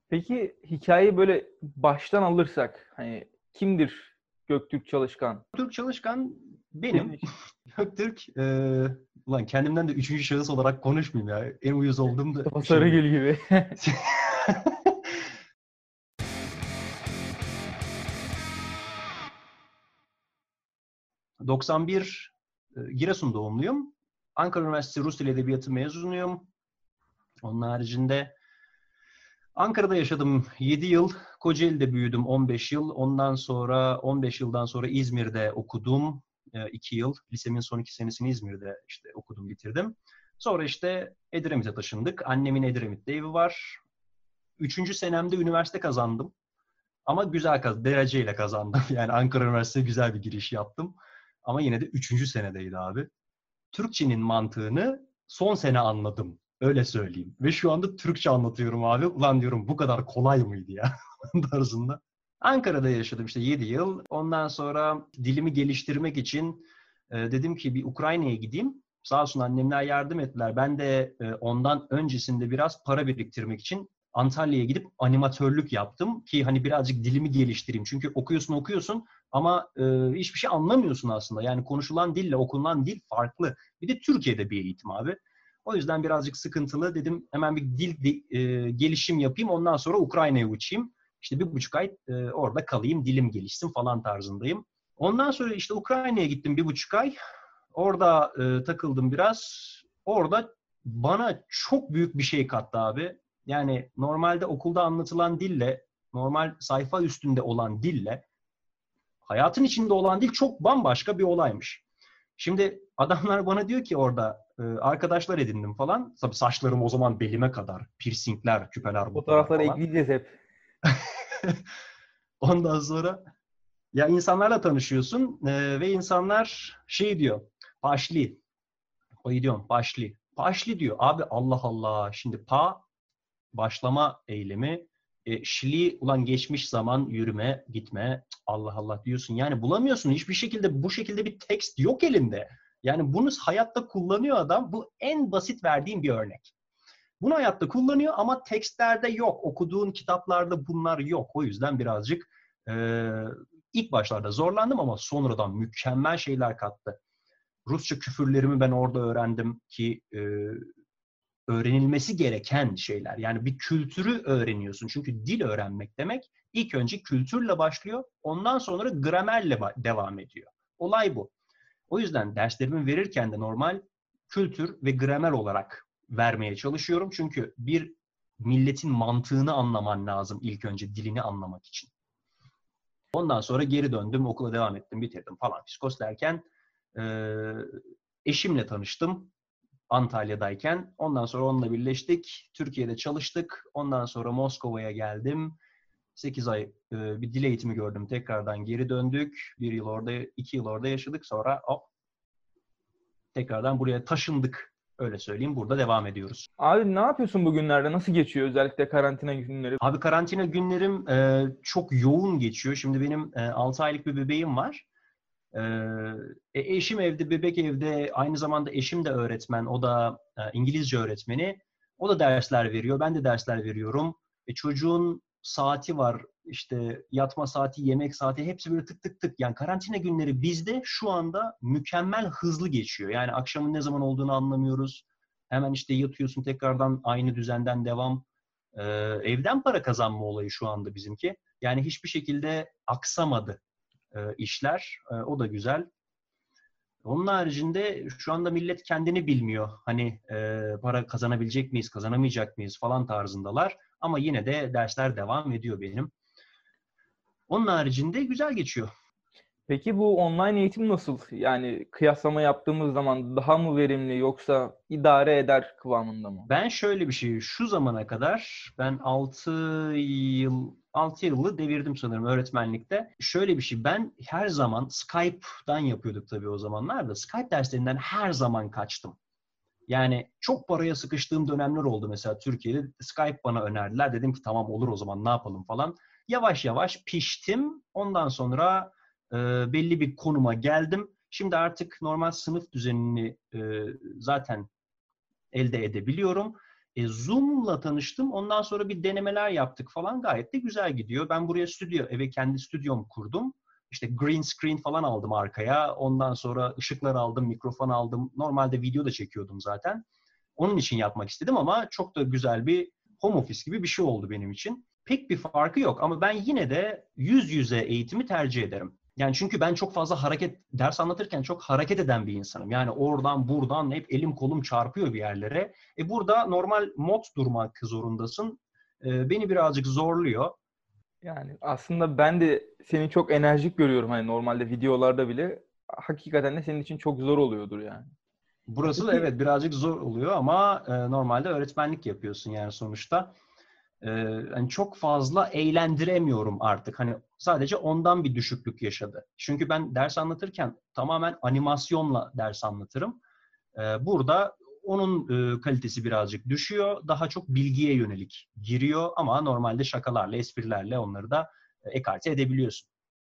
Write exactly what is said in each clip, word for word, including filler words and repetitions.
Peki hikayeyi böyle baştan alırsak hani kimdir Göktürk Çalışkan? Göktürk Çalışkan Senin benim. için. Göktürk, eee ulan kendimden de üçüncü şahıs olarak konuşmayayım ya. En uyuz olduğum da Mustafa şey bu. Sarıgül gibi. doksan bir e, Giresun doğumluyum. Ankara Üniversitesi Rus Dili Edebiyatı mezunuyum. Onun haricinde Ankara'da yaşadım yedi yıl. Kocaeli'de büyüdüm on beş yıl. Ondan sonra on beş yıldan sonra İzmir'de okudum iki yıl. Lisemin son iki senesini İzmir'de işte okudum, bitirdim. Sonra işte Edremit'e taşındık. Annemin Edremit'te evi var. Üçüncü senemde üniversite kazandım. Ama güzel kaz dereceyle kazandım. Yani Ankara Üniversitesi'ne güzel bir giriş yaptım. Ama yine de üçüncü senedeydi abi. Türkçenin mantığını son sene anladım. Öyle söyleyeyim. Ve şu anda Türkçe anlatıyorum abi. Ulan diyorum, bu kadar kolay mıydı ya? tarzında. Ankara'da yaşadım işte yedi yıl. Ondan sonra dilimi geliştirmek için e, dedim ki bir Ukrayna'ya gideyim. Sağ olsun annemler yardım ettiler. Ben de e, ondan öncesinde biraz para biriktirmek için Antalya'ya gidip animatörlük yaptım ki hani birazcık dilimi geliştireyim. Çünkü okuyorsun okuyorsun ama e, hiçbir şey anlamıyorsun aslında. Yani konuşulan dille okunan dil farklı. Bir de Türkiye'de bir eğitim abi. O yüzden birazcık sıkıntılı. Dedim hemen bir dil e, gelişim yapayım. Ondan sonra Ukrayna'ya uçayım. İşte bir buçuk ay e, orada kalayım, dilim gelişsin falan tarzındayım. Ondan sonra işte Ukrayna'ya gittim bir buçuk ay. Orada e, takıldım biraz. Orada bana çok büyük bir şey kattı abi. Yani normalde okulda anlatılan dille, normal sayfa üstünde olan dille, hayatın içinde olan dil çok bambaşka bir olaymış. Şimdi adamlar bana diyor ki orada e, arkadaşlar edindim falan. Tabii saçlarım o zaman belime kadar. Piercingler, küpeler, mupeler Fotoğrafları falan. ekleyeceğiz hep. Ondan sonra ya insanlarla tanışıyorsun e, ve insanlar şey diyor. Paşli. O diyorum paşli. Paşli diyor. Abi Allah Allah. Şimdi pa başlama eylemi. E, şili ulan geçmiş zaman yürüme, gitme. Allah Allah diyorsun. Yani bulamıyorsun. Hiçbir şekilde bu şekilde bir tekst yok elinde. Yani bunu hayatta kullanıyor adam. Bu en basit verdiğim bir örnek. Bunu hayatta kullanıyor ama tekstlerde yok. Okuduğun kitaplarda bunlar yok. O yüzden birazcık e, ilk başlarda zorlandım ama sonradan mükemmel şeyler kattı. Rusça küfürlerimi ben orada öğrendim ki e, öğrenilmesi gereken şeyler. Yani bir kültürü öğreniyorsun. Çünkü dil öğrenmek demek ilk önce kültürle başlıyor. Ondan sonra gramerle devam ediyor. Olay bu. O yüzden derslerimi verirken de normal kültür ve gramer olarak vermeye çalışıyorum. Çünkü bir milletin mantığını anlaman lazım ilk önce dilini anlamak için. Ondan sonra geri döndüm, okula devam ettim, bitirdim falan fiskos derken e, eşimle tanıştım Antalya'dayken. Ondan sonra onunla birleştik. Türkiye'de çalıştık. Ondan sonra Moskova'ya geldim. sekiz ay e, bir dil eğitimi gördüm. Tekrardan geri döndük. Bir yıl orada, iki yıl orada yaşadık. Sonra hop, tekrardan buraya taşındık. Öyle söyleyeyim. Burada devam ediyoruz. Abi ne yapıyorsun bugünlerde? Nasıl geçiyor özellikle karantina günleri? Abi karantina günlerim e, çok yoğun geçiyor. Şimdi benim e, altı aylık bir bebeğim var. E, e, eşim evde, bebek evde. Aynı zamanda eşim de öğretmen. O da e, İngilizce öğretmeni. O da dersler veriyor. Ben de dersler veriyorum. E, çocuğun saati var. İşte yatma saati, yemek saati hepsi böyle tık tık tık. Yani karantina günleri bizde şu anda mükemmel hızlı geçiyor. Yani akşamın ne zaman olduğunu anlamıyoruz. Hemen işte yatıyorsun, tekrardan aynı düzenden devam. Ee, evden para kazanma olayı şu anda bizimki. Yani hiçbir şekilde aksamadı e, işler. E, o da güzel. Onun haricinde şu anda millet kendini bilmiyor. Hani e, para kazanabilecek miyiz, kazanamayacak mıyız falan tarzındalar. Ama yine de dersler devam ediyor benim. Onun haricinde güzel geçiyor. Peki bu online eğitim nasıl? Yani kıyaslama yaptığımız zaman daha mı verimli yoksa idare eder kıvamında mı? Ben şöyle bir şey, şu zamana kadar ben altı yıl, altı yılı devirdim sanırım öğretmenlikte. Şöyle bir şey, ben her zaman Skype'dan yapıyorduk tabii o zamanlar da. Skype derslerinden her zaman kaçtım. Yani çok paraya sıkıştığım dönemler oldu mesela Türkiye'de. Skype bana önerdiler. Dedim ki tamam olur o zaman ne yapalım falan. Yavaş yavaş piştim. Ondan sonra e, belli bir konuma geldim. Şimdi artık normal sınıf düzenini e, zaten elde edebiliyorum. E, Zoom'la tanıştım. Ondan sonra bir denemeler yaptık falan. Gayet de güzel gidiyor. Ben buraya stüdyo, eve kendi stüdyomu kurdum. İşte green screen falan aldım arkaya. Ondan sonra ışıklar aldım, mikrofon aldım. Normalde video da çekiyordum zaten. Onun için yapmak istedim ama çok da güzel bir home office gibi bir şey oldu benim için. Pek bir farkı yok ama ben yine de yüz yüze eğitimi tercih ederim. Yani çünkü ben çok fazla hareket, ders anlatırken çok hareket eden bir insanım. Yani oradan buradan hep elim kolum çarpıyor bir yerlere. E burada normal mod durmak zorundasın. E, beni birazcık zorluyor. Yani aslında ben de seni çok enerjik görüyorum hani normalde videolarda bile. Hakikaten de senin için çok zor oluyordur yani. Burası da Peki evet birazcık zor oluyor ama e, normalde öğretmenlik yapıyorsun yani sonuçta. E, hani çok fazla eğlendiremiyorum artık. Hani sadece ondan bir düşüklük yaşadı. Çünkü ben ders anlatırken tamamen animasyonla ders anlatırım. E, burada onun e, kalitesi birazcık düşüyor. Daha çok bilgiye yönelik giriyor ama normalde şakalarla, esprilerle onları da e, ekarte edebiliyorsun.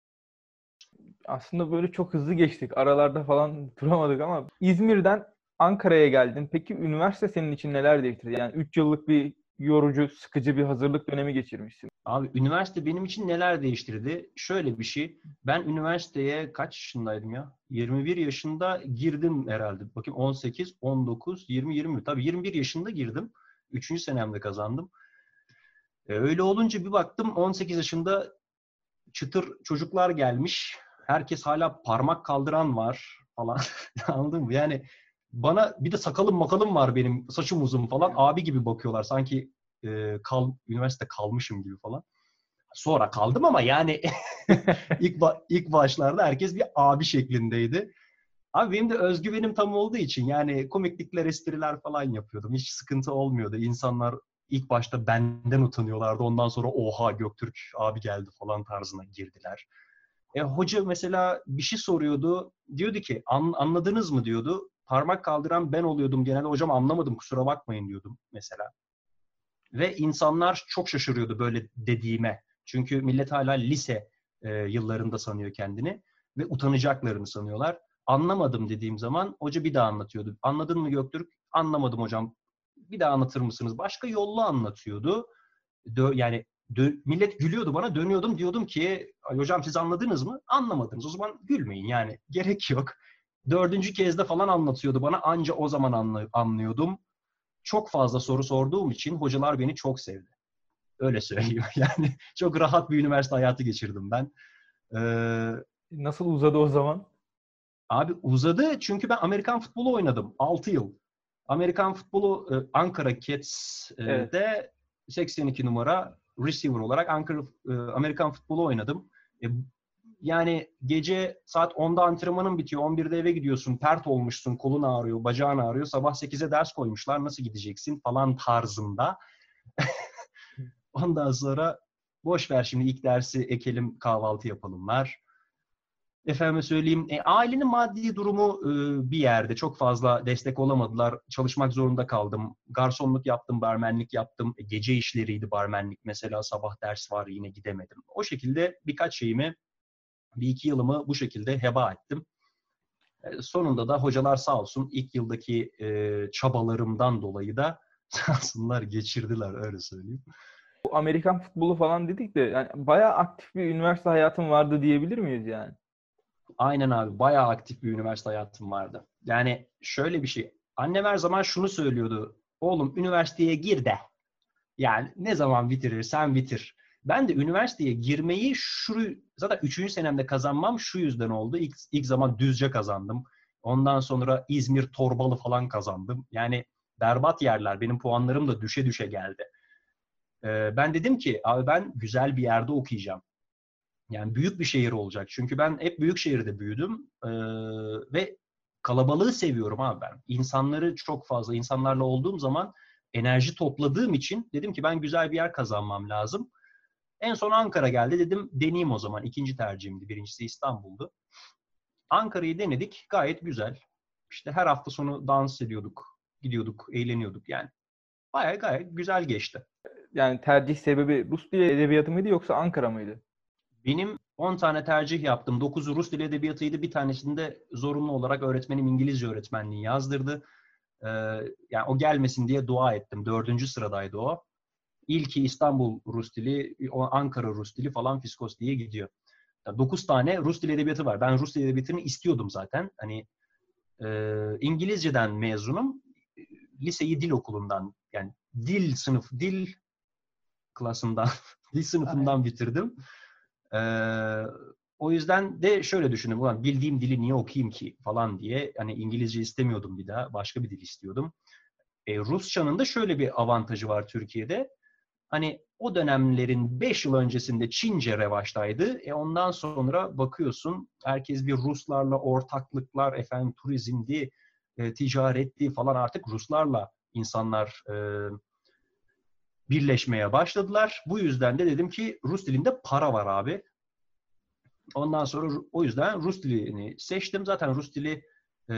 aslında böyle çok hızlı geçtik. Aralarda falan duramadık ama İzmir'den Ankara'ya geldin. Peki üniversite senin için neler değiştirdi? Yani üç yıllık bir yorucu, sıkıcı bir hazırlık dönemi geçirmişsin. Abi üniversite benim için neler değiştirdi? Şöyle bir şey. Ben üniversiteye kaç yaşındaydım ya? yirmi bir yaşında girdim herhalde. Bakayım on sekiz, on dokuz, yirmi, yirmi. Tabii yirmi bir yaşında girdim. Üçüncü senemde kazandım. E, öyle olunca bir baktım on sekiz yaşında çıtır çocuklar gelmiş. Herkes hala parmak kaldıran var falan. Anladın mı? Yani bana bir de sakalım makalım var benim. Saçım uzun falan. Abi gibi bakıyorlar. Sanki e, kal, üniversite kalmışım gibi falan. Sonra kaldım ama yani ilk ba- ilk başlarda herkes bir abi şeklindeydi. Abi benim de özgüvenim tam olduğu için yani komiklikler, espriler falan yapıyordum. Hiç sıkıntı olmuyordu. İnsanlar ilk başta benden utanıyorlardı. Ondan sonra oha Göktürk abi geldi falan tarzına girdiler. E, hoca mesela bir şey soruyordu. Diyordu ki An- anladınız mı diyordu. Parmak kaldıran ben oluyordum genelde. Hocam anlamadım kusura bakmayın diyordum mesela. Ve insanlar çok şaşırıyordu böyle dediğime. Çünkü millet hala lise e, yıllarında sanıyor kendini ve utanacaklarını sanıyorlar. Anlamadım dediğim zaman hoca bir daha anlatıyordu. Anladın mı Göktürk? Anlamadım hocam. Bir daha anlatır mısınız? Başka yollu anlatıyordu. Dö- yani dö- millet gülüyordu bana. Dönüyordum diyordum ki hocam siz anladınız mı? Anlamadınız. O zaman gülmeyin yani. Gerek yok. Dördüncü kez de falan anlatıyordu bana. Anca o zaman anlı- anlıyordum. Çok fazla soru sorduğum için hocalar beni çok sevdi. Öyle söyleyeyim. Yani çok rahat bir üniversite hayatı geçirdim ben. Ee, Nasıl uzadı o zaman? abi uzadı çünkü ben Amerikan futbolu oynadım. altı yıl. Amerikan futbolu e, Ankara Evet. Cats'de seksen iki numara receiver olarak Ankara e, Amerikan futbolu oynadım. E, yani gece saat onda antrenmanın bitiyor. on birde eve gidiyorsun. Pert olmuşsun. Kolun ağrıyor, bacağın ağrıyor. Sabah sekize ders koymuşlar. Nasıl gideceksin falan tarzında. Ondan sonra boş ver şimdi ilk dersi ekelim kahvaltı yapalımlar. Efendime söyleyeyim e, ailenin maddi durumu e, bir yerde çok fazla destek olamadılar. Çalışmak zorunda kaldım. Garsonluk yaptım, barmenlik yaptım. E, gece işleriydi barmenlik mesela sabah ders var yine gidemedim. O şekilde birkaç şeyimi bir iki yılımı bu şekilde heba ettim. E, sonunda da hocalar sağ olsun ilk yıldaki e, çabalarımdan dolayı da sağ olsunlar geçirdiler öyle söyleyeyim. Bu Amerikan futbolu falan dedik de yani bayağı aktif bir üniversite hayatın vardı diyebilir miyiz yani? Aynen abi. Bayağı aktif bir üniversite hayatım vardı. Yani şöyle bir şey. Annem her zaman şunu söylüyordu. Oğlum üniversiteye gir de. Yani ne zaman bitirirsen bitir. Ben de üniversiteye girmeyi şu zaten üçüncü senemde kazanmam şu yüzden oldu. İlk, ilk zaman Düzce kazandım. Ondan sonra İzmir Torbalı falan kazandım. Yani berbat yerler. Benim puanlarım da düşe düşe geldi. Ee, ben dedim ki abi ben güzel bir yerde okuyacağım. Yani büyük bir şehir olacak. Çünkü ben hep büyük şehirde büyüdüm ee, ve kalabalığı seviyorum abi ben. İnsanları çok fazla, insanlarla olduğum zaman enerji topladığım için dedim ki ben güzel bir yer kazanmam lazım. En son Ankara geldi dedim deneyeyim o zaman. İkinci tercihimdi. Birincisi İstanbul'du. Ankara'yı denedik. Gayet güzel. İşte her hafta sonu dans ediyorduk, gidiyorduk, eğleniyorduk yani. Bayağı gayet güzel geçti. Yani tercih sebebi Rus dili edebiyatı mıydı yoksa Ankara mıydı? Benim on tane tercih yaptım. dokuzu Rus Dili Edebiyatı'ydı. Bir tanesinde zorunlu olarak öğretmenim İngilizce öğretmenliği yazdırdı. Ee, yani o gelmesin diye dua ettim. Dördüncü sıradaydı o. İlki İstanbul Rus dili, o Ankara Rus dili falan Fiskos diye gidiyor. Yani dokuz tane Rus dili edebiyatı var. Ben Rus dili edebiyatını istiyordum zaten. Hani e, İngilizceden mezunum. Liseyi dil okulundan, yani dil sınıf, dil klasından, dil sınıfından bitirdim. Ee, o yüzden de şöyle düşündüm. Ulan bildiğim dili niye okuyayım ki falan diye. Hani İngilizce istemiyordum bir daha. Başka bir dil istiyordum. E, Rusçanın da şöyle bir avantajı var Türkiye'de. Hani o dönemlerin beş yıl öncesinde Çince revaçtaydı. E ondan sonra bakıyorsun herkes bir Ruslarla ortaklıklar, efendim turizmdi, e, ticaretti falan, artık Ruslarla insanlar e, birleşmeye başladılar. Bu yüzden de dedim ki Rus dilinde para var abi. Ondan sonra o yüzden Rus dilini seçtim. Zaten Rus dili e,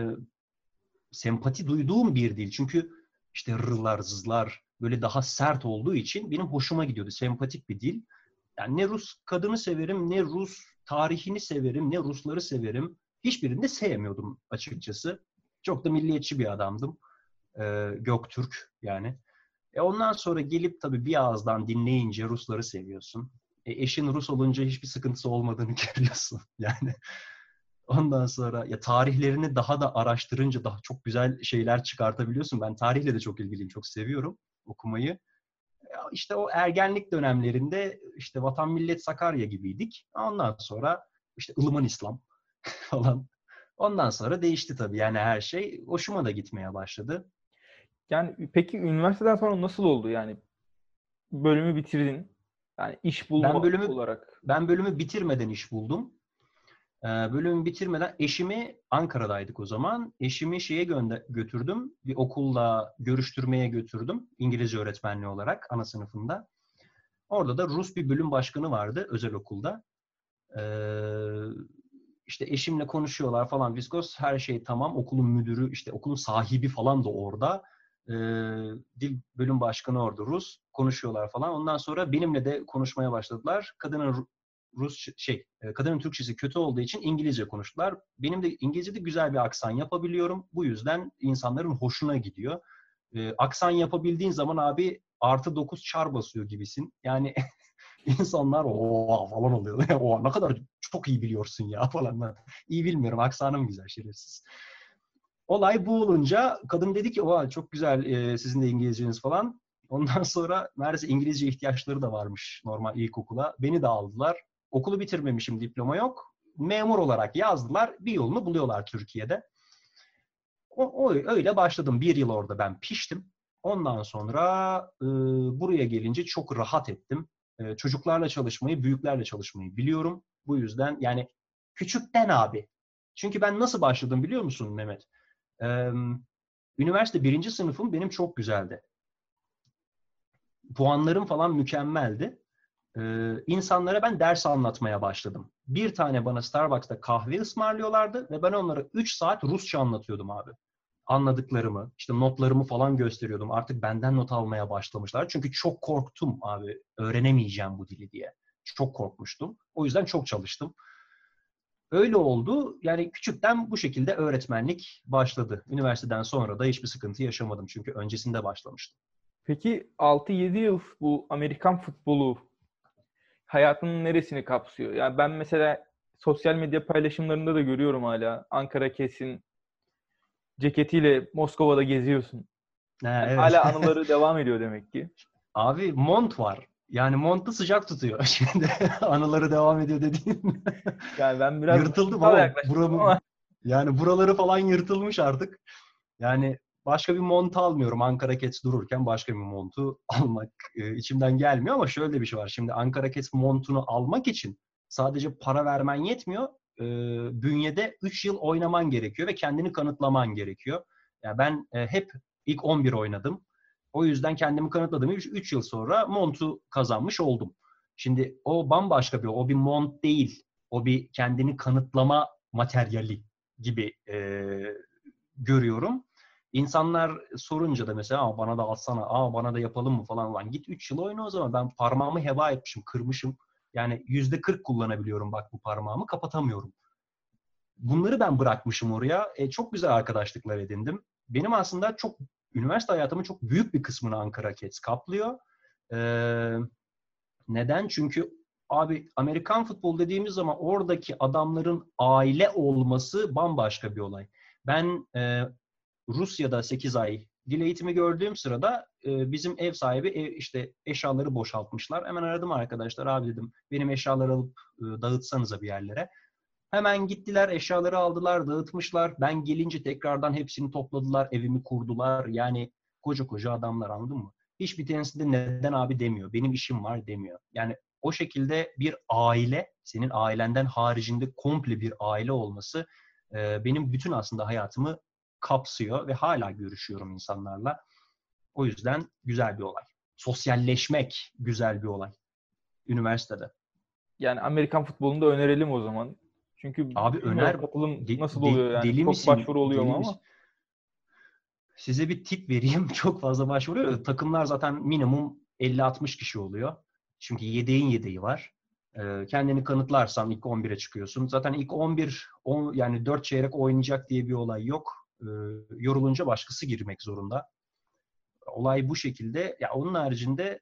sempati duyduğum bir dil. Çünkü işte r'lar, z'lar böyle daha sert olduğu için benim hoşuma gidiyordu. Sempatik bir dil. Yani ne Rus kadını severim, ne Rus tarihini severim, ne Rusları severim. Hiçbirini de sevmiyordum açıkçası. Çok da milliyetçi bir adamdım. Ee, Göktürk yani. E ondan sonra gelip tabii bir ağızdan dinleyince Rusları seviyorsun. E eşin Rus olunca hiçbir sıkıntısı olmadığını görüyorsun. Yani ondan sonra ya tarihlerini daha da araştırınca daha çok güzel şeyler çıkartabiliyorsun. Ben tarihle de çok ilgiliyim, çok seviyorum okumayı. İşte o ergenlik dönemlerinde işte Vatan Millet Sakarya gibiydik. Ondan sonra işte ılıman İslam falan. Ondan sonra değişti tabii, yani her şey. Hoşuma da gitmeye başladı. Yani peki üniversiteden sonra nasıl oldu yani? Bölümü bitirdin. Yani iş bulma Ben bölümü olarak. ben bölümü bitirmeden iş buldum. Ee, bölümü bitirmeden eşimi, Ankara'daydık o zaman. Eşimi şeye gönder götürdüm. Bir okulla görüştürmeye götürdüm. İngilizce öğretmenliği olarak ana sınıfında. Orada da Rus bir bölüm başkanı vardı özel okulda. Ee, işte eşimle konuşuyorlar falan. Viskos her şey tamam. Okulun müdürü, işte okulun sahibi falan da orada. Ee, dil bölüm başkanı orada Rus. Konuşuyorlar falan. Ondan sonra benimle de konuşmaya başladılar. Kadının Rus şey, kadının Türkçesi kötü olduğu için İngilizce konuştular. Benim de İngilizce'de güzel bir aksan yapabiliyorum. Bu yüzden insanların hoşuna gidiyor. Ee, aksan yapabildiğin zaman abi artı dokuz çar basıyor gibisin. Yani İnsanlar o falan oluyor. O ne kadar çok iyi biliyorsun ya falan. İyi bilmiyorum. Aksanım güzel, şerefsiz. Olay bu olunca kadın dedi ki o çok güzel e, sizin de İngilizceniz falan. Ondan sonra neredeyse İngilizce ihtiyaçları da varmış normal ilkokula. Beni de aldılar. Okulu bitirmemişim, diploma yok. Memur olarak yazdılar. Bir yolunu buluyorlar Türkiye'de. O, o öyle başladım. Bir yıl orada ben piştim. Ondan sonra e, buraya gelince çok rahat ettim. E, çocuklarla çalışmayı, büyüklerle çalışmayı biliyorum. Bu yüzden yani küçükten abi. Çünkü ben nasıl başladım biliyor musun Mehmet? E, üniversite birinci sınıfım benim çok güzeldi. Puanlarım falan mükemmeldi. Ee, insanlara ben ders anlatmaya başladım. Bir tane bana Starbucks'ta kahve ısmarlıyorlardı ve ben onlara üç saat Rusça anlatıyordum abi. Anladıklarımı, işte notlarımı falan gösteriyordum. Artık benden not almaya başlamışlar. Çünkü çok korktum abi, öğrenemeyeceğim bu dili diye. Çok korkmuştum. O yüzden çok çalıştım. Öyle oldu. Yani küçükten bu şekilde öğretmenlik başladı. Üniversiteden sonra da hiçbir sıkıntı yaşamadım. Çünkü öncesinde başlamıştım. Peki altı yedi yıl bu Amerikan futbolu hayatının neresini kapsıyor? Yani ben mesela sosyal medya paylaşımlarında da görüyorum hala. Ankara kesin ceketiyle Moskova'da geziyorsun. Ha, Yani evet. hala anıları devam ediyor demek ki. Abi mont var. Yani montu sıcak tutuyor. Şimdi anıları devam ediyor dediğin. Yani ben biraz Yırtıldı duygusal baba. yaklaştım Buramı, ama yani buraları falan yırtılmış artık. Yani başka bir mont almıyorum. Ankara Cats dururken başka bir montu almak e, içimden gelmiyor ama şöyle bir şey var. Şimdi Ankara Cats montunu almak için sadece para vermen yetmiyor. E, bünyede üç yıl oynaman gerekiyor ve kendini kanıtlaman gerekiyor. Yani ben e, hep ilk on bir oynadım. O yüzden kendimi kanıtladım. üç yıl sonra montu kazanmış oldum. Şimdi o bambaşka bir, o bir mont değil. O bir kendini kanıtlama materyali gibi e, görüyorum. İnsanlar sorunca da mesela Aa, bana da alsana, Aa, bana da yapalım mı falan. Lan git üç yıl oyna o zaman. Ben parmağımı heba etmişim, kırmışım. Yani yüzde kırk kullanabiliyorum bak bu parmağımı, kapatamıyorum. Bunları ben bırakmışım oraya. E, çok güzel arkadaşlıklar edindim. benim aslında çok üniversite hayatımın çok büyük bir kısmını Ankara Cats kaplıyor. Ee, neden? Çünkü abi Amerikan futbol dediğimiz zaman oradaki adamların aile olması bambaşka bir olay. Ben e, Rusya'da sekiz ay dil eğitimi gördüğüm sırada e, bizim ev sahibi ev, işte eşyaları boşaltmışlar. Hemen aradım arkadaşlar, abi dedim benim eşyaları alıp e, dağıtsanıza bir yerlere. Hemen gittiler, eşyaları aldılar, dağıtmışlar. Ben gelince tekrardan hepsini topladılar, evimi kurdular. Yani koca koca adamlar, anladın mı? Hiçbir tanesinde neden abi demiyor. Benim işim var demiyor. Yani o şekilde bir aile, senin ailenden haricinde komple bir aile olması e, benim bütün aslında hayatımı kapsıyor ve hala görüşüyorum insanlarla. O yüzden güzel bir olay. Sosyalleşmek güzel bir olay üniversitede. Yani Amerikan futbolunu da önerelim o zaman. Çünkü Abi bilmiyorum öner, katılım de, nasıl de, oluyor yani. deli Çok misin? başvuru oluyor Deli mu misin? ama. Size bir tip vereyim. Çok fazla başvuruyor. Takımlar zaten minimum elli altmış kişi oluyor. Çünkü yedeğin yedeği var. Ee, kendini kanıtlarsan ilk on bire çıkıyorsun. Zaten ilk on bir, on, yani dört çeyrek oynayacak diye bir olay yok. Ee, yorulunca başkası girmek zorunda. Olay bu şekilde. Ya onun haricinde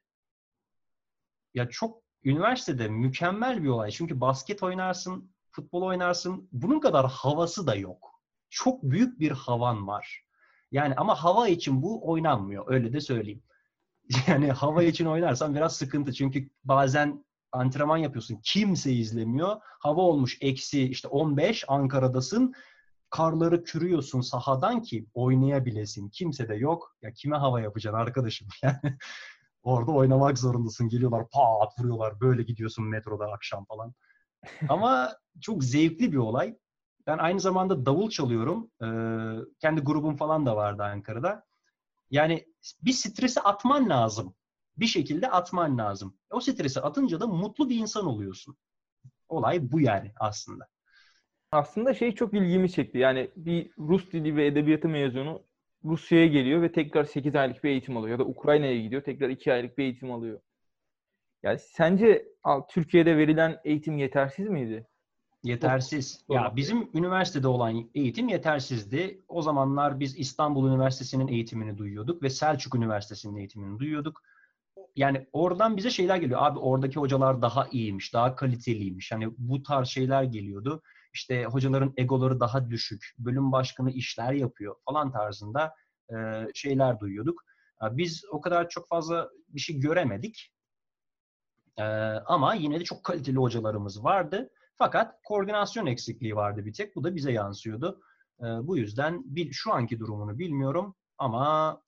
ya çok üniversitede mükemmel bir olay. Çünkü basket oynarsın, futbol oynarsın. Bunun kadar havası da yok. Çok büyük bir havan var. Yani ama hava için bu oynanmıyor. Öyle de söyleyeyim. Yani hava için oynarsan biraz sıkıntı. Çünkü bazen antrenman yapıyorsun. Kimse izlemiyor. Hava olmuş eksi işte on beş, Ankara'dasın. Karları kürüyorsun sahadan ki oynayabilesin. Kimse de yok. Ya kime hava yapacaksın arkadaşım? Yani orada oynamak zorundasın. Geliyorlar pat vuruyorlar. Böyle gidiyorsun metroda akşam falan. Ama çok zevkli bir olay. Ben aynı zamanda davul çalıyorum. Ee, kendi grubum falan da vardı Ankara'da. Yani bir stresi atman lazım. Bir şekilde atman lazım. O stresi atınca da mutlu bir insan oluyorsun. Olay bu yani aslında. Aslında şey çok ilgimi çekti. Yani bir Rus dili ve edebiyatı mezunu Rusya'ya geliyor ve tekrar sekiz aylık bir eğitim alıyor. Ya da Ukrayna'ya gidiyor, tekrar iki aylık bir eğitim alıyor. Yani sence Türkiye'de verilen eğitim yetersiz miydi? Çok Yetersiz. Ya sormak gerek. bizim üniversitede olan eğitim yetersizdi. O zamanlar biz İstanbul Üniversitesi'nin eğitimini duyuyorduk ve Selçuk Üniversitesi'nin eğitimini duyuyorduk. Yani oradan bize şeyler geliyor. Abi oradaki hocalar daha iyiymiş, daha kaliteliymiş. Hani bu tarz şeyler geliyordu. İşte hocaların egoları daha düşük, bölüm başkanı işler yapıyor falan tarzında e, şeyler duyuyorduk. Biz o kadar çok fazla bir şey göremedik. E, ama yine de çok kaliteli hocalarımız vardı. Fakat koordinasyon eksikliği vardı bir tek. Bu da bize yansıyordu. E, bu yüzden bil, şu anki durumunu bilmiyorum ama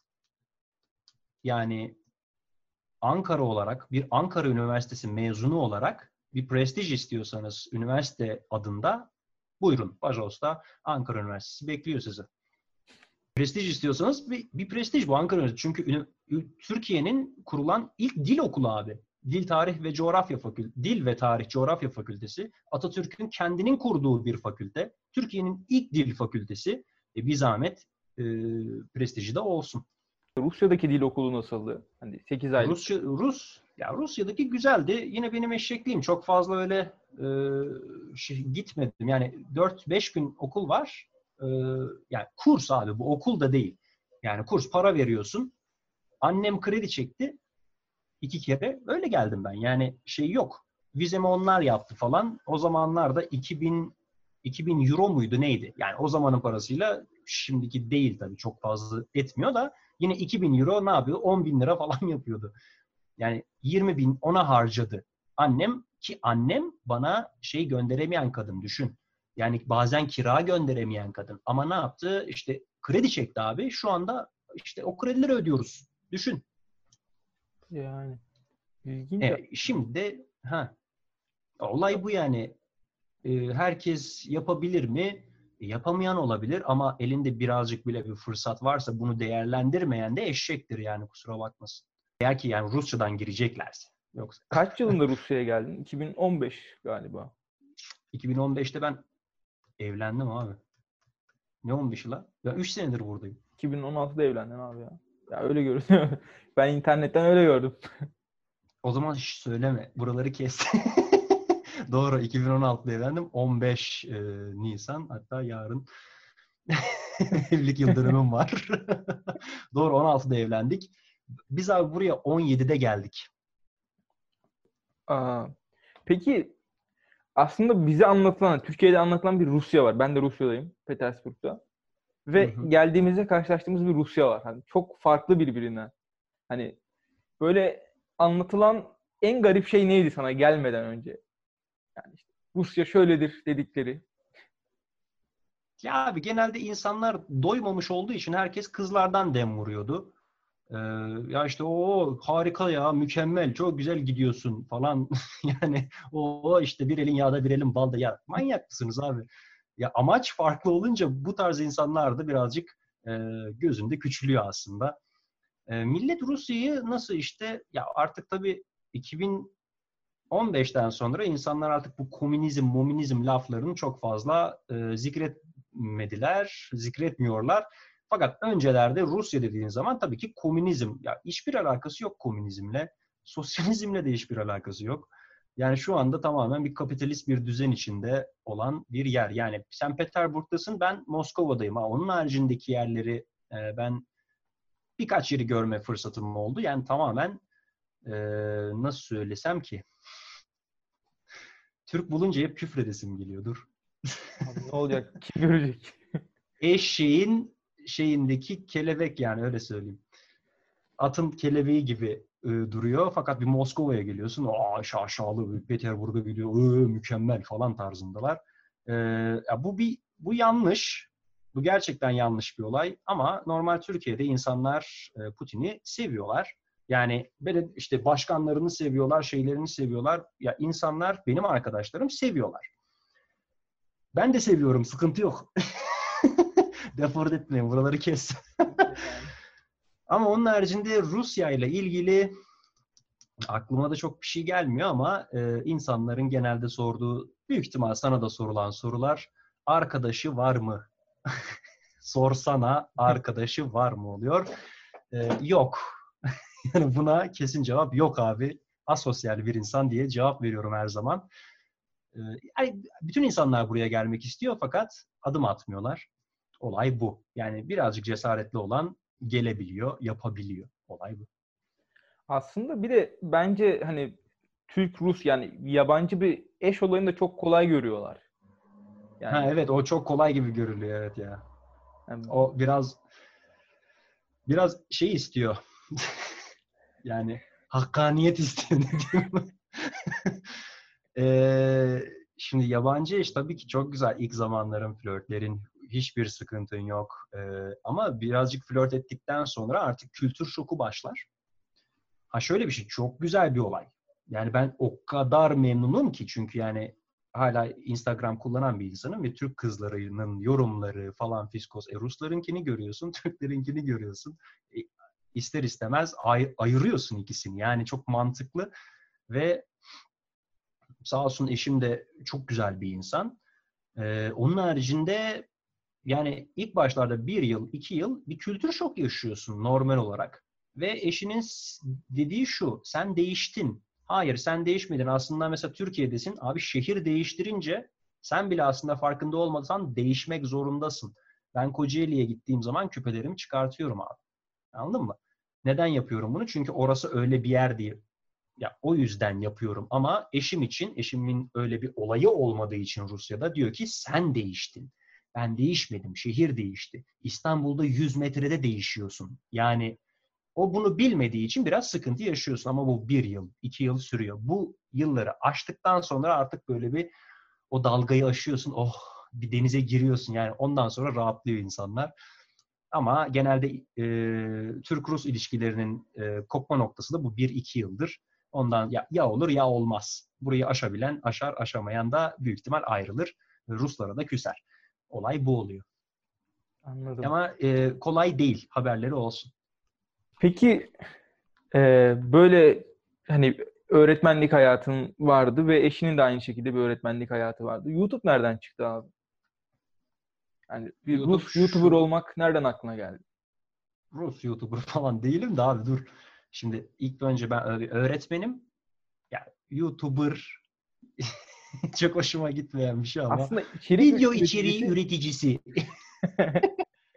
yani Ankara olarak, bir Ankara Üniversitesi mezunu olarak bir prestij istiyorsanız üniversite adında buyurun. Bajos'ta Ankara Üniversitesi bekliyor sizi. Prestij istiyorsanız bir, bir prestij bu Ankara Üniversitesi. Çünkü Türkiye'nin kurulan ilk dil okulu abi. Dil, Tarih ve Coğrafya Fakültesi, Dil ve Tarih Coğrafya Fakültesi. Atatürk'ün kendinin kurduğu bir fakülte. Türkiye'nin ilk dil fakültesi. E, bir zahmet e, prestiji de olsun. Rusya'daki dil okulu nasıldı? Hani sekiz aylık. Rusya, Rus, ya Rusya'daki güzeldi. Yine benim eşekliğim. Çok fazla öyle e, şey, gitmedim. Yani dört beş gün okul var. E, yani kurs abi bu okul da değil. Yani kurs para veriyorsun. Annem kredi çekti iki kere. Öyle geldim ben. Yani şey yok. Vizemi onlar yaptı falan. O zamanlarda iki bin iki bin euro muydu neydi? Yani o zamanın parasıyla şimdiki değil tabii çok fazla etmiyor da yine iki bin euro ne yapıyor? on bin lira falan yapıyordu. Yani yirmi bin ona harcadı. Annem ki annem bana şey gönderemeyen kadın düşün. Yani bazen kira gönderemeyen kadın. Ama ne yaptı? İşte kredi çekti abi. Şu anda işte o kredileri ödüyoruz. Düşün. Yani ilginç. E, şimdi de ha, olay bu yani. E, herkes yapabilir mi? E, yapamayan olabilir ama elinde birazcık bile bir fırsat varsa bunu değerlendirmeyen de eşektir yani kusura bakmasın. Eğer ki yani Rusçadan gireceklerse. Yoksa Kaç yılında Rusya'ya geldin? iki bin on beş galiba. iki bin on beşte ben evlendim abi. Ne on beşi la? Ya üç senedir buradayım. iki bin on altıda evlendin abi ya. Ya öyle görünüyor. Ben internetten öyle gördüm. O zaman hiç söyleme. Buraları kes. Doğru. iki bin on altıda evlendim. on beş e, Nisan hatta yarın. Evlilik yıl dönümüm var. Doğru, on altıda evlendik. Biz abi buraya on yedide geldik. Aa, peki aslında bize anlatılan, Türkiye'de anlatılan bir Rusya var. Ben de Rusya'dayım, Petersburg'da. Hı Ve hı. geldiğimizde karşılaştığımız bir Rusya var. Hani çok farklı birbirinden. Hani böyle anlatılan en garip şey neydi sana gelmeden önce? Yani işte Rusya şöyledir dedikleri. Ya abi genelde insanlar doymamış olduğu için herkes kızlardan dem vuruyordu. Ee, ya işte o harika ya, mükemmel, çok güzel gidiyorsun falan. Yani o işte bir elin yağda bir elin balda. Ya manyak mısınız abi? Ya amaç farklı olunca bu tarz insanlar da birazcık e, gözünde küçülüyor aslında. E, millet Rusya'yı nasıl işte ya artık tabii iki bin on beşten sonra insanlar artık bu komünizm, mominizm laflarını çok fazla e, zikretmediler, zikretmiyorlar. Fakat öncelerde Rusya dediğin zaman tabii ki komünizm. Ya hiçbir alakası yok komünizmle. Sosyalizmle de hiçbir alakası yok. Yani şu anda tamamen bir kapitalist bir düzen içinde olan bir yer. Yani sen Peterburg'dasın, ben Moskova'dayım. Ha, onun haricindeki yerleri e, ben birkaç yeri görme fırsatım oldu. Yani tamamen e, nasıl söylesem ki Türk bulunca hep küfredesim geliyordur. Abi ne olacak? Kim görecek? Eşeğin şeyindeki kelebek, yani öyle söyleyeyim. Atın kelebeği gibi e, duruyor. Fakat bir Moskova'ya geliyorsun. Aa şaşalı, Petersburg'a gidiyor. Ee, mükemmel falan tarzındalar. E, ya bu bir bu yanlış. Bu gerçekten yanlış bir olay. Ama normal Türkiye'de insanlar e, Putin'i seviyorlar. Yani böyle işte başkanlarını seviyorlar, şeylerini seviyorlar. Ya insanlar, benim arkadaşlarım seviyorlar. Ben de seviyorum, sıkıntı yok. Deport etmeyin, buraları kes. Yani. Ama onun haricinde Rusya ile ilgili aklıma da çok bir şey gelmiyor ama e, insanların genelde sorduğu, büyük ihtimal sana da sorulan sorular, arkadaşı var mı? Sorsana arkadaşı var mı oluyor. E, yok. Yani buna kesin cevap yok abi. Asosyal bir insan diye cevap veriyorum her zaman. E, yani bütün insanlar buraya gelmek istiyor fakat adım atmıyorlar. Olay bu. Yani birazcık cesaretli olan gelebiliyor, yapabiliyor. Olay bu. Aslında bir de bence hani Türk-Rus yani yabancı bir eş olayını da çok kolay görüyorlar. Ha Yani, evet, o çok kolay gibi görülüyor, evet ya. yani O biraz biraz şey istiyor. Yani hakkaniyet istiyor ne diyeyim. Ee, şimdi yabancı eş tabii ki çok güzel. İlk zamanların, flörtlerin hiçbir sıkıntın yok. Ee, ama birazcık flört ettikten sonra artık kültür şoku başlar. Ha şöyle bir şey, çok güzel bir olay. Yani ben o kadar memnunum ki, çünkü yani hala Instagram kullanan bir insanım ve Türk kızlarının yorumları falan fiskos. E, Ruslarınkini görüyorsun, Türklerinkini görüyorsun. E, ister istemez ay- ayırıyorsun ikisini. Yani çok mantıklı ve sağ olsun eşim de çok güzel bir insan. E, onun haricinde yani ilk başlarda bir yıl, iki yıl bir kültür şok yaşıyorsun normal olarak. Ve eşinin dediği şu, sen değiştin. Hayır, sen değişmedin. Aslında mesela Türkiye'desin. Abi şehir değiştirince sen bile aslında farkında olmasan değişmek zorundasın. Ben Kocaeli'ye gittiğim zaman küpelerimi çıkartıyorum abi. Anladın mı? Neden yapıyorum bunu? Çünkü orası öyle bir yer değil. Ya o yüzden yapıyorum ama eşim için, eşimin öyle bir olayı olmadığı için Rusya'da diyor ki sen değiştin. Ben değişmedim, şehir değişti. İstanbul'da yüz metrede değişiyorsun. Yani o bunu bilmediği için biraz sıkıntı yaşıyorsun ama bu bir yıl, iki yıl sürüyor. Bu yılları aştıktan sonra artık böyle bir o dalgayı aşıyorsun. Oh, bir denize giriyorsun. Yani ondan sonra rahatlıyor insanlar. Ama genelde e, Türk-Rus ilişkilerinin e, kopma noktası da bu bir iki yıldır. Ondan ya, ya olur ya olmaz. Burayı aşabilen aşar, aşamayan da büyük ihtimal ayrılır. Ruslara da küser. Olay bu oluyor. anladım. Ama e, kolay değil, haberleri olsun. Peki e, böyle hani öğretmenlik hayatın vardı ve eşinin de aynı şekilde bir öğretmenlik hayatı vardı. YouTube nereden çıktı abi? Yani bir YouTube Rus YouTuber şu, olmak nereden aklına geldi? Rus YouTuber falan değilim de abi dur. Şimdi ilk önce ben öğretmenim. Ya YouTuber çok hoşuma gitmeyen bir şey ama Aslında içerik video içeriği üreticisi üreticisi.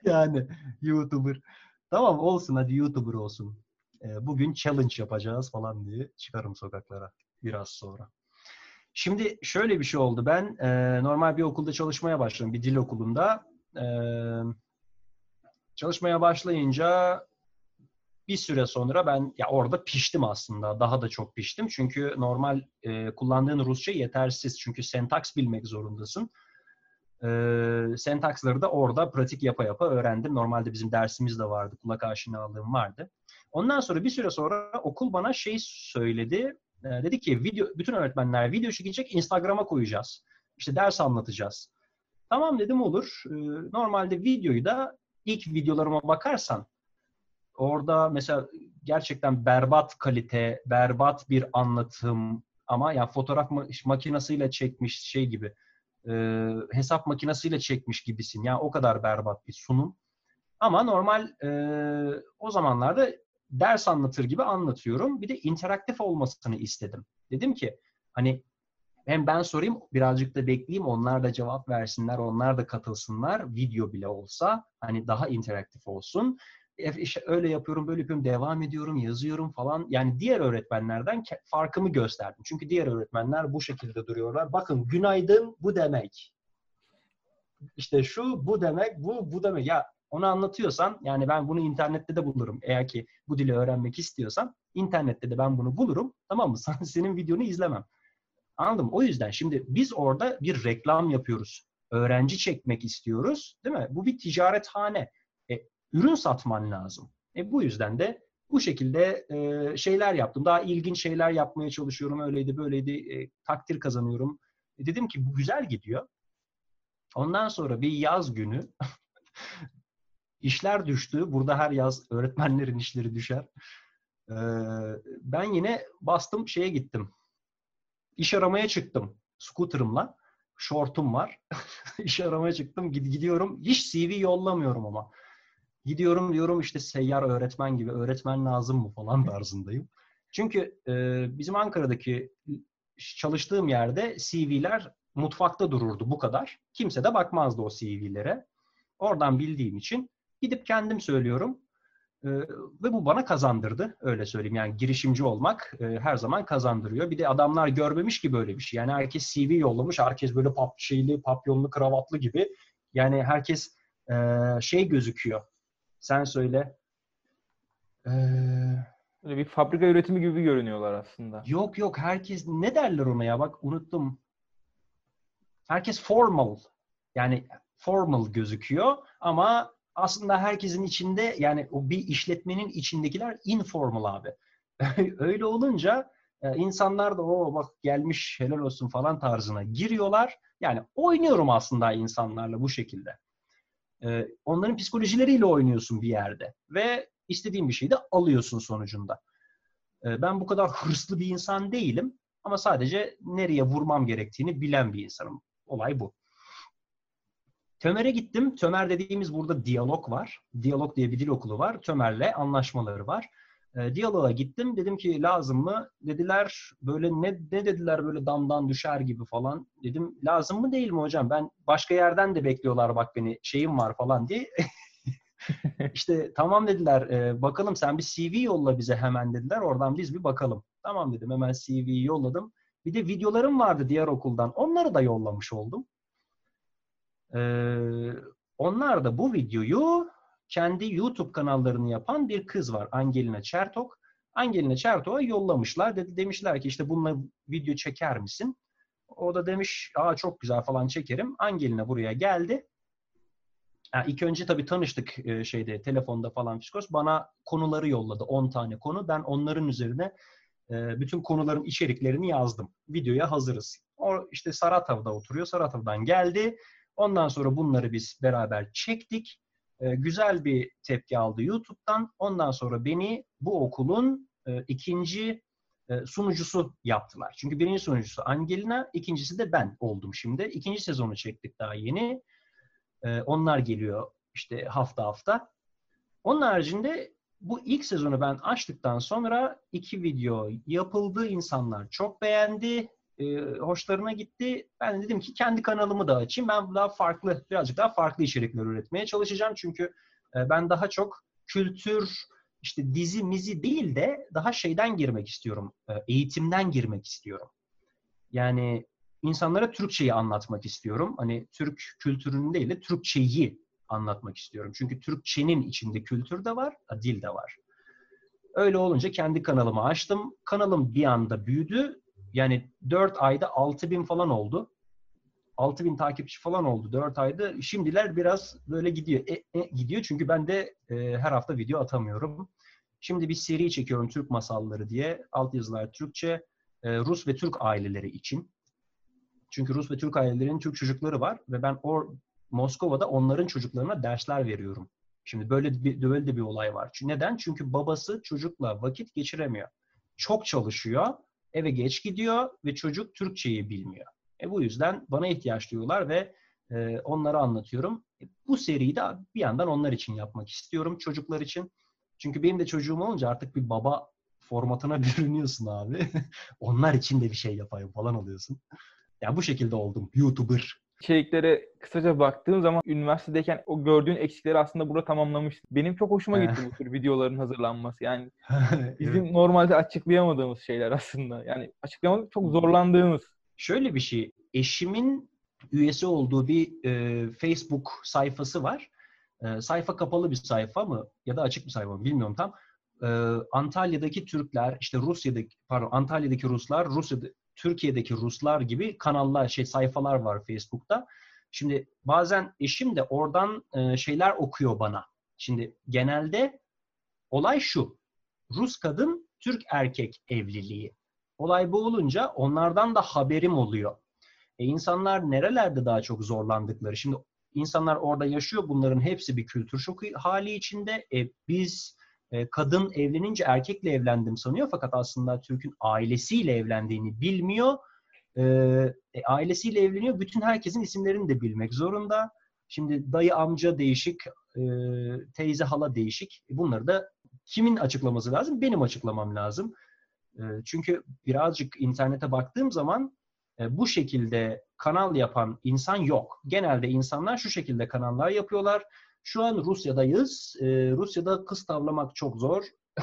Yani YouTuber. Tamam olsun hadi YouTuber olsun. Ee, bugün challenge yapacağız falan diye çıkarım sokaklara biraz sonra. Şimdi şöyle bir şey oldu. Ben e, normal bir okulda çalışmaya başladım. Bir dil okulunda. E, çalışmaya başlayınca bir süre sonra ben ya orada piştim aslında. Daha da çok piştim. Çünkü normal e, kullandığın Rusça yetersiz. Çünkü sentaks bilmek zorundasın. E, Sentaksları da orada pratik yapa yapa öğrendim. Normalde bizim dersimiz de vardı. Kulak aşinalığım vardı. Ondan sonra bir süre sonra okul bana şey söyledi. E, dedi ki video, bütün öğretmenler video çekecek, Instagram'a koyacağız. İşte ders anlatacağız. Tamam dedim olur. E, normalde videoyu da ilk videolarıma bakarsan orada mesela gerçekten berbat kalite, berbat bir anlatım ama yani fotoğraf makinesiyle çekmiş şey gibi, e, hesap makinesiyle çekmiş gibisin. Yani o kadar berbat bir sunum. Ama normal e, o zamanlarda ders anlatır gibi anlatıyorum. Bir de interaktif olmasını istedim. Dedim ki hani hem ben sorayım, birazcık da bekleyeyim, onlar da cevap versinler, onlar da katılsınlar, video bile olsa hani daha interaktif olsun. E, işte öyle yapıyorum, böyle yapıyorum, devam ediyorum, yazıyorum falan. Yani diğer öğretmenlerden farkımı gösterdim. Çünkü diğer öğretmenler bu şekilde duruyorlar. Bakın günaydın bu demek. İşte şu bu demek, bu bu demek. Ya onu anlatıyorsan yani ben bunu internette de bulurum. Eğer ki bu dili öğrenmek istiyorsan internette de ben bunu bulurum. Tamam mı? Senin videonu izlemem. Anladım. O yüzden şimdi biz orada bir reklam yapıyoruz. Öğrenci çekmek istiyoruz. Değil mi? Bu bir ticarethane. E, ürün satman lazım. E, bu yüzden de bu şekilde e, şeyler yaptım. Daha ilginç şeyler yapmaya çalışıyorum. Öyleydi böyleydi. E, takdir kazanıyorum. E, dedim ki bu güzel gidiyor. Ondan sonra bir yaz günü işler düştü. Burada her yaz öğretmenlerin işleri düşer. E, ben yine bastım şeye gittim. İş aramaya çıktım scooter'ımla. Şortum var. İş aramaya çıktım. Gidiyorum. Hiç C V yollamıyorum ama. Gidiyorum diyorum işte seyyar öğretmen gibi. Öğretmen lazım mı falan tarzındayım. Çünkü e, bizim Ankara'daki çalıştığım yerde C V'ler mutfakta dururdu bu kadar. Kimse de bakmazdı o C V'lere. Oradan bildiğim için gidip kendim söylüyorum. Ee, ve bu bana kazandırdı. Öyle söyleyeyim. Yani girişimci olmak e, her zaman kazandırıyor. Bir de adamlar görmemiş ki böyle bir şey. Yani herkes C V yollamış. Herkes böyle pap şeyli, papyonlu, kravatlı gibi. Yani herkes e, şey gözüküyor. Sen söyle. Ee, Böyle bir fabrika üretimi gibi görünüyorlar aslında. yok yok herkes ne derler ona ya? Bak unuttum. Herkes formal. Yani formal gözüküyor ama aslında herkesin içinde yani o bir işletmenin içindekiler informal abi. Öyle olunca insanlar da o bak gelmiş helal olsun falan tarzına giriyorlar. Yani oynuyorum aslında insanlarla bu şekilde. Onların psikolojileriyle oynuyorsun bir yerde ve istediğin bir şeyi de alıyorsun sonucunda. Ben bu kadar hırslı bir insan değilim ama sadece nereye vurmam gerektiğini bilen bir insanım. Olay bu. Tömer'e gittim. Tömer dediğimiz burada diyalog var. Diyalog diye bir dil okulu var. Tömer'le anlaşmaları var. E, diyaloğa gittim. Dedim ki lazım mı? Dediler böyle ne, ne dediler böyle damdan düşer gibi falan. Dedim lazım mı değil mi hocam? Ben başka yerden de bekliyorlar bak beni şeyim var falan diye. İşte tamam dediler e, bakalım sen bir C V yolla bize hemen dediler. Oradan biz bir bakalım. Tamam dedim hemen C V'yi yolladım. Bir de videolarım vardı diğer okuldan. Onları da yollamış oldum. Ee, onlar da bu videoyu kendi YouTube kanallarını yapan bir kız var. Angelina Chertok. Angelina Chertok'a yollamışlar. Dedi, demişler ki işte bununla video çeker misin? O da demiş aa çok güzel falan çekerim. Angelina buraya geldi. Yani ilk önce tabii tanıştık e, şeyde telefonda falan fiskos. Bana konuları yolladı. on tane konu. Ben onların üzerine e, bütün konuların içeriklerini yazdım. Videoya hazırız. O işte Saratov'da oturuyor. Saratov'dan geldi. Ondan sonra bunları biz beraber çektik. E, güzel bir tepki aldı YouTube'dan. Ondan sonra beni bu okulun e, ikinci e, sunucusu yaptılar. Çünkü birinci sunucusu Angelina, ikincisi de ben oldum şimdi. İkinci sezonu çektik daha yeni. E, onlar geliyor işte hafta hafta. Onun haricinde bu ilk sezonu ben açtıktan sonra iki video yapıldı. İnsanlar çok beğendi. e, hoşlarına gitti. Ben dedim ki kendi kanalımı da açayım. Ben daha farklı, birazcık daha farklı içerikler üretmeye çalışacağım. Çünkü e, ben daha çok kültür, işte dizi mizi değil de daha şeyden girmek istiyorum. E, eğitimden girmek istiyorum. Yani insanlara Türkçeyi anlatmak istiyorum. Hani Türk kültürünü değil de Türkçeyi anlatmak istiyorum. Çünkü Türkçenin içinde kültür de var, dil de var. Öyle olunca kendi kanalımı açtım. Kanalım bir anda büyüdü. Yani dört ayda altı bin falan oldu. altı bin takipçi falan oldu dört ayda. Şimdiler biraz böyle gidiyor. E, e, gidiyor çünkü ben de e, her hafta video atamıyorum. Şimdi bir seri çekiyorum Türk masalları diye. Altyazılar Türkçe. E, Rus ve Türk aileleri için. Çünkü Rus ve Türk ailelerinin Türk çocukları var ve ben or Moskova'da onların çocuklarına dersler veriyorum. Şimdi böyle bir, böyle de bir olay var. Çünkü neden? Çünkü babası çocukla vakit geçiremiyor. Çok çalışıyor, eve geç gidiyor ve çocuk Türkçeyi bilmiyor. E bu yüzden bana ihtiyaç duyuyorlar ve e, onlara anlatıyorum. E, bu seriyi de bir yandan onlar için yapmak istiyorum, çocuklar için. Çünkü benim de çocuğum olunca artık bir baba formatına bürünüyorsun abi. Onlar için de bir şey yapayım falan oluyorsun. Ya bu şekilde oldum YouTuber. İçeriklere kısaca baktığım zaman üniversitedeyken o gördüğün eksikleri aslında burada tamamlamıştın. Benim çok hoşuma gitti bu tür videoların hazırlanması. Yani Evet. bizim normalde açıklayamadığımız şeyler aslında. Yani açıklamak çok zorlandığımız. Şöyle bir şey. Eşimin üyesi olduğu bir e, Facebook sayfası var. E, sayfa kapalı bir sayfa mı ya da açık bir sayfa mı bilmiyorum tam. E, Antalya'daki Türkler, işte Rusya'daki, pardon Antalya'daki Ruslar, Rusya'da, Türkiye'deki Ruslar gibi kanallar, şey sayfalar var Facebook'ta. Şimdi bazen eşim de oradan e, şeyler okuyor bana. Şimdi genelde olay şu. Rus kadın, Türk erkek evliliği. Olay bu olunca onlardan da haberim oluyor. E insanlar nerelerde daha çok zorlandıkları. Şimdi insanlar orada yaşıyor. Bunların hepsi bir kültür şoku hali içinde. E biz e, kadın evlenince erkekle evlendim sanıyor. Fakat aslında Türk'ün ailesiyle evlendiğini bilmiyor. E, e, ailesiyle evleniyor. Bütün herkesin isimlerini de bilmek zorunda. Şimdi dayı amca değişik, e, teyze hala değişik. Bunları da kimin açıklaması lazım? Benim açıklamam lazım. E, çünkü birazcık internete baktığım zaman e, bu şekilde kanal yapan insan yok. Genelde insanlar şu şekilde kanallar yapıyorlar. Şu an Rusya'dayız. E, Rusya'da kız tavlamak çok zor.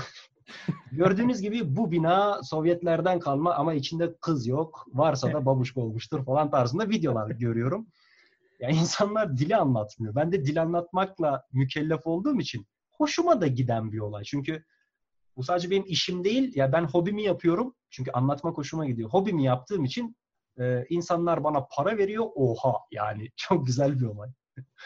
Gördüğünüz gibi bu bina Sovyetlerden kalma ama içinde kız yok. Varsa da babuşka olmuştur falan tarzında videolar görüyorum. Yani insanlar dili anlatmıyor. Ben de dil anlatmakla mükellef olduğum için hoşuma da giden bir olay. Çünkü bu sadece benim işim değil. Ya ben hobimi yapıyorum. Çünkü anlatmak hoşuma gidiyor. Hobimi yaptığım için e, insanlar bana para veriyor. Oha yani çok güzel bir olay.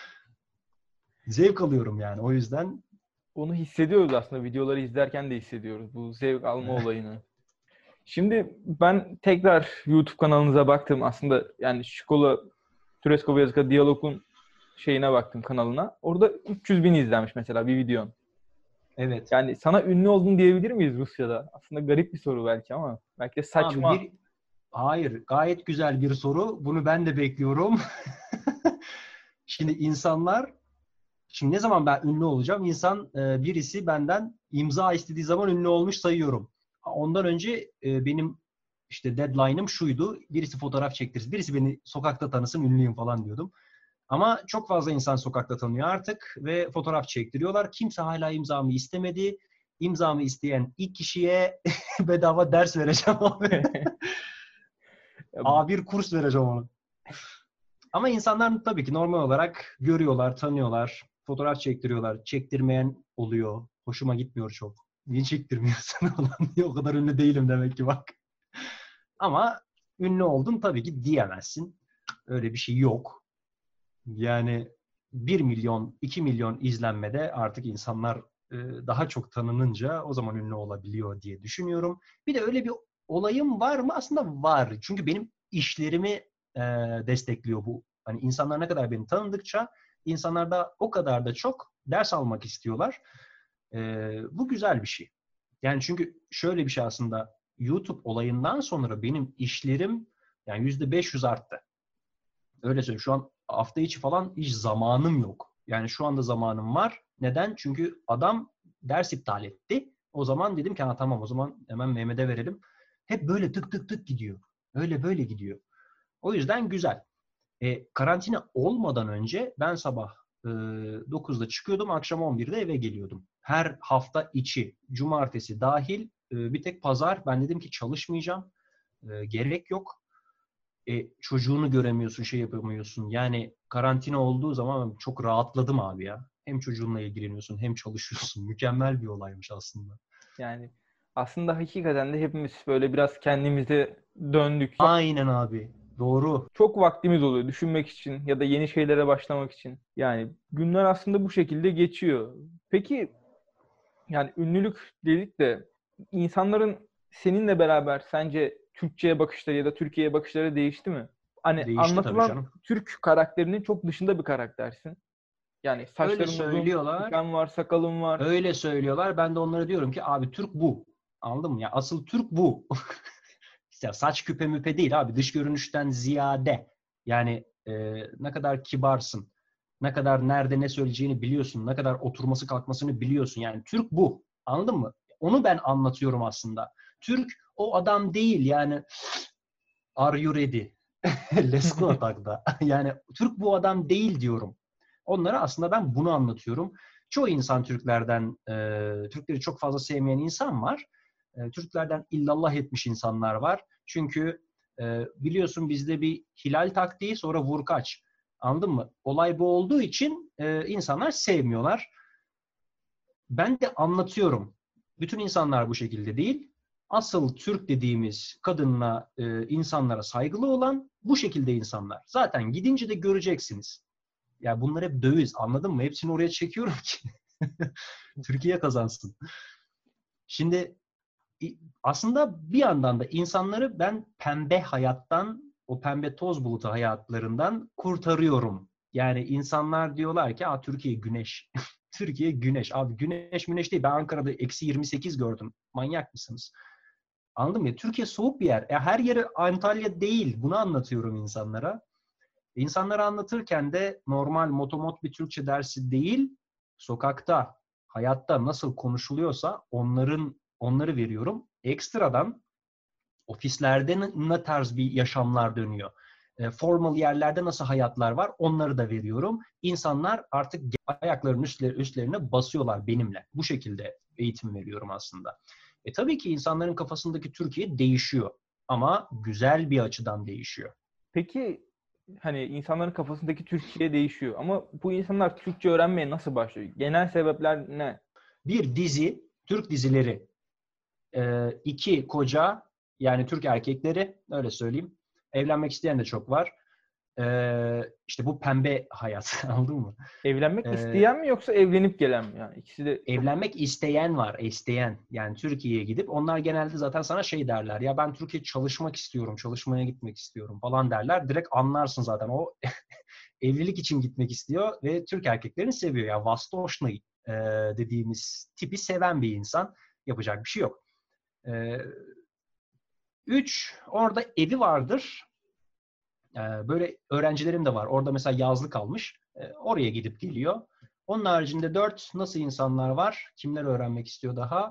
Zevk alıyorum yani o yüzden. Onu hissediyoruz aslında. Videoları izlerken de hissediyoruz bu zevk alma olayını. Şimdi ben tekrar YouTube kanalınıza baktım. Aslında yani Şkola Tureskova Yazıka Diyalog'un şeyine baktım, kanalına. Orada üç yüz bin izlenmiş mesela bir videon. Evet. Yani sana ünlü oldun diyebilir miyiz Rusya'da? Aslında garip bir soru belki ama belki de Abi saçma. bir hayır gayet güzel bir soru. Bunu ben de bekliyorum. Şimdi insanlar Şimdi ne zaman ben ünlü olacağım? İnsan e, birisi benden imza istediği zaman ünlü olmuş sayıyorum. Ondan önce e, benim işte deadline'ım şuydu. Birisi fotoğraf çektirsin. Birisi beni sokakta tanısın, ünlüyüm falan diyordum. Ama çok fazla insan sokakta tanıyor artık ve fotoğraf çektiriyorlar. Kimse hala imzamı istemedi. İmzamı isteyen ilk kişiye bedava ders vereceğim abi. Ya, A bir kurs vereceğim ona. Ama insanlar tabii ki normal olarak görüyorlar, tanıyorlar, fotoğraf çektiriyorlar. Çektirmeyen oluyor. Hoşuma gitmiyor çok. Niye çektirmiyorsun falan diye o kadar ünlü değilim demek ki bak. Ama ünlü oldun tabii ki diyemezsin. Öyle bir şey yok. Yani bir milyon, iki milyon izlenmede artık insanlar e, daha çok tanınınca o zaman ünlü olabiliyor diye düşünüyorum. Bir de öyle bir olayım var mı? Aslında var. Çünkü benim işlerimi e, destekliyor bu. Hani insanlar ne kadar beni tanıdıkça insanlar da o kadar da çok ders almak istiyorlar. E, bu güzel bir şey. Yani çünkü şöyle bir şey aslında YouTube olayından sonra benim işlerim yani yüzde beş yüz arttı. Öyle söyleyeyim. Şu an hafta içi falan hiç zamanım yok. Yani şu anda zamanım var. Neden? Çünkü adam ders iptal etti. O zaman dedim ki ha, tamam o zaman hemen Mehmet'e verelim. Hep böyle tık tık tık gidiyor. Öyle böyle gidiyor. O yüzden güzel. E, karantina olmadan önce ben sabah e, dokuzda çıkıyordum, akşam on birde eve geliyordum. Her hafta içi, cumartesi dahil e, bir tek pazar ben dedim ki çalışmayacağım. E, gerek yok. E, çocuğunu göremiyorsun, şey yapamıyorsun. Yani karantina olduğu zaman çok rahatladım abi ya. Hem çocuğunla ilgileniyorsun hem çalışıyorsun. Mükemmel bir olaymış aslında. Yani aslında hakikaten de hepimiz böyle biraz kendimize döndük. Aynen abi. Doğru. Çok vaktimiz oluyor düşünmek için ya da yeni şeylere başlamak için. Yani günler aslında bu şekilde geçiyor. Peki yani ünlülük dedik de insanların seninle beraber sence Türkçe'ye bakışları ya da Türkiye'ye bakışları değişti mi? Hani Değişti tabii anlatılan canım. Türk karakterinin çok dışında bir karaktersin. Yani Öyle saçların uzun, söylüyorlar. küpen var, sakalın var. Öyle söylüyorlar. Ben de onlara diyorum ki abi Türk bu. Anladın mı? Ya asıl Türk bu. İşte saç küpe müpe değil abi. Dış görünüşten ziyade. Yani e, ne kadar kibarsın. Ne kadar nerede ne söyleyeceğini biliyorsun. Ne kadar oturması kalkmasını biliyorsun. Yani Türk bu. Anladın mı? Onu ben anlatıyorum aslında. Türk o adam değil. Yani are you ready? Let's go atakta. Yani Türk bu adam değil diyorum. Onlara aslında ben bunu anlatıyorum. Çoğu insan Türklerden, e, Türkleri çok fazla sevmeyen insan var. E, Türklerden illallah etmiş insanlar var. Çünkü e, biliyorsun bizde bir hilal taktiği sonra vur kaç. Anladın mı? Olay bu olduğu için e, insanlar sevmiyorlar. Ben de anlatıyorum. Bütün insanlar bu şekilde değil. Asıl Türk dediğimiz kadınla, e, insanlara saygılı olan bu şekilde insanlar. Zaten gidince de göreceksiniz. Ya bunlar hep döviz, anladın mı? Hepsini oraya çekiyorum ki Türkiye kazansın. Şimdi aslında bir yandan da insanları ben pembe hayattan, o pembe toz bulutu hayatlarından kurtarıyorum. Yani insanlar diyorlar ki, "Aa, Türkiye güneş." Türkiye güneş. Abi güneş güneş değil. Ben Ankara'da eksi yirmi sekiz gördüm. Manyak mısınız? Anladın mı? Türkiye soğuk bir yer. E, her yeri Antalya değil. Bunu anlatıyorum insanlara. İnsanlara anlatırken de normal motomot bir Türkçe dersi değil, sokakta, hayatta nasıl konuşuluyorsa onların onları veriyorum. Ekstradan ofislerde ne tarz bir yaşamlar dönüyor? E, formal yerlerde nasıl hayatlar var? Onları da veriyorum. İnsanlar artık ayaklarının üstlerine basıyorlar benimle. Bu şekilde eğitim veriyorum aslında. E tabii ki insanların kafasındaki Türkiye değişiyor. Ama güzel bir açıdan değişiyor. Peki hani insanların kafasındaki Türkiye değişiyor ama bu insanlar Türkçe öğrenmeye nasıl başlıyor? Genel sebepler ne? Bir dizi, Türk dizileri, e, iki koca, yani Türk erkekleri, öyle söyleyeyim. Evlenmek isteyen de çok var. E, işte bu pembe hayat, anladın mı? Evlenmek E, isteyen mi yoksa evlenip gelen mi? Yani ikisi de çok Evlenmek isteyen var, isteyen. Yani Türkiye'ye gidip onlar genelde zaten sana şey derler. Ya ben Türkiye'de çalışmak istiyorum, çalışmaya gitmek istiyorum falan derler. Direkt anlarsın zaten o evlilik için gitmek istiyor ve Türk erkeklerini seviyor. Yani Vastoşna'yı e, dediğimiz tipi seven bir insan. Yapacak bir şey yok. E, üç, orada evi vardır. E, böyle öğrencilerim de var. Orada mesela yazlık almış. E, oraya gidip geliyor. Onun haricinde dört, nasıl insanlar var? Kimler öğrenmek istiyor daha?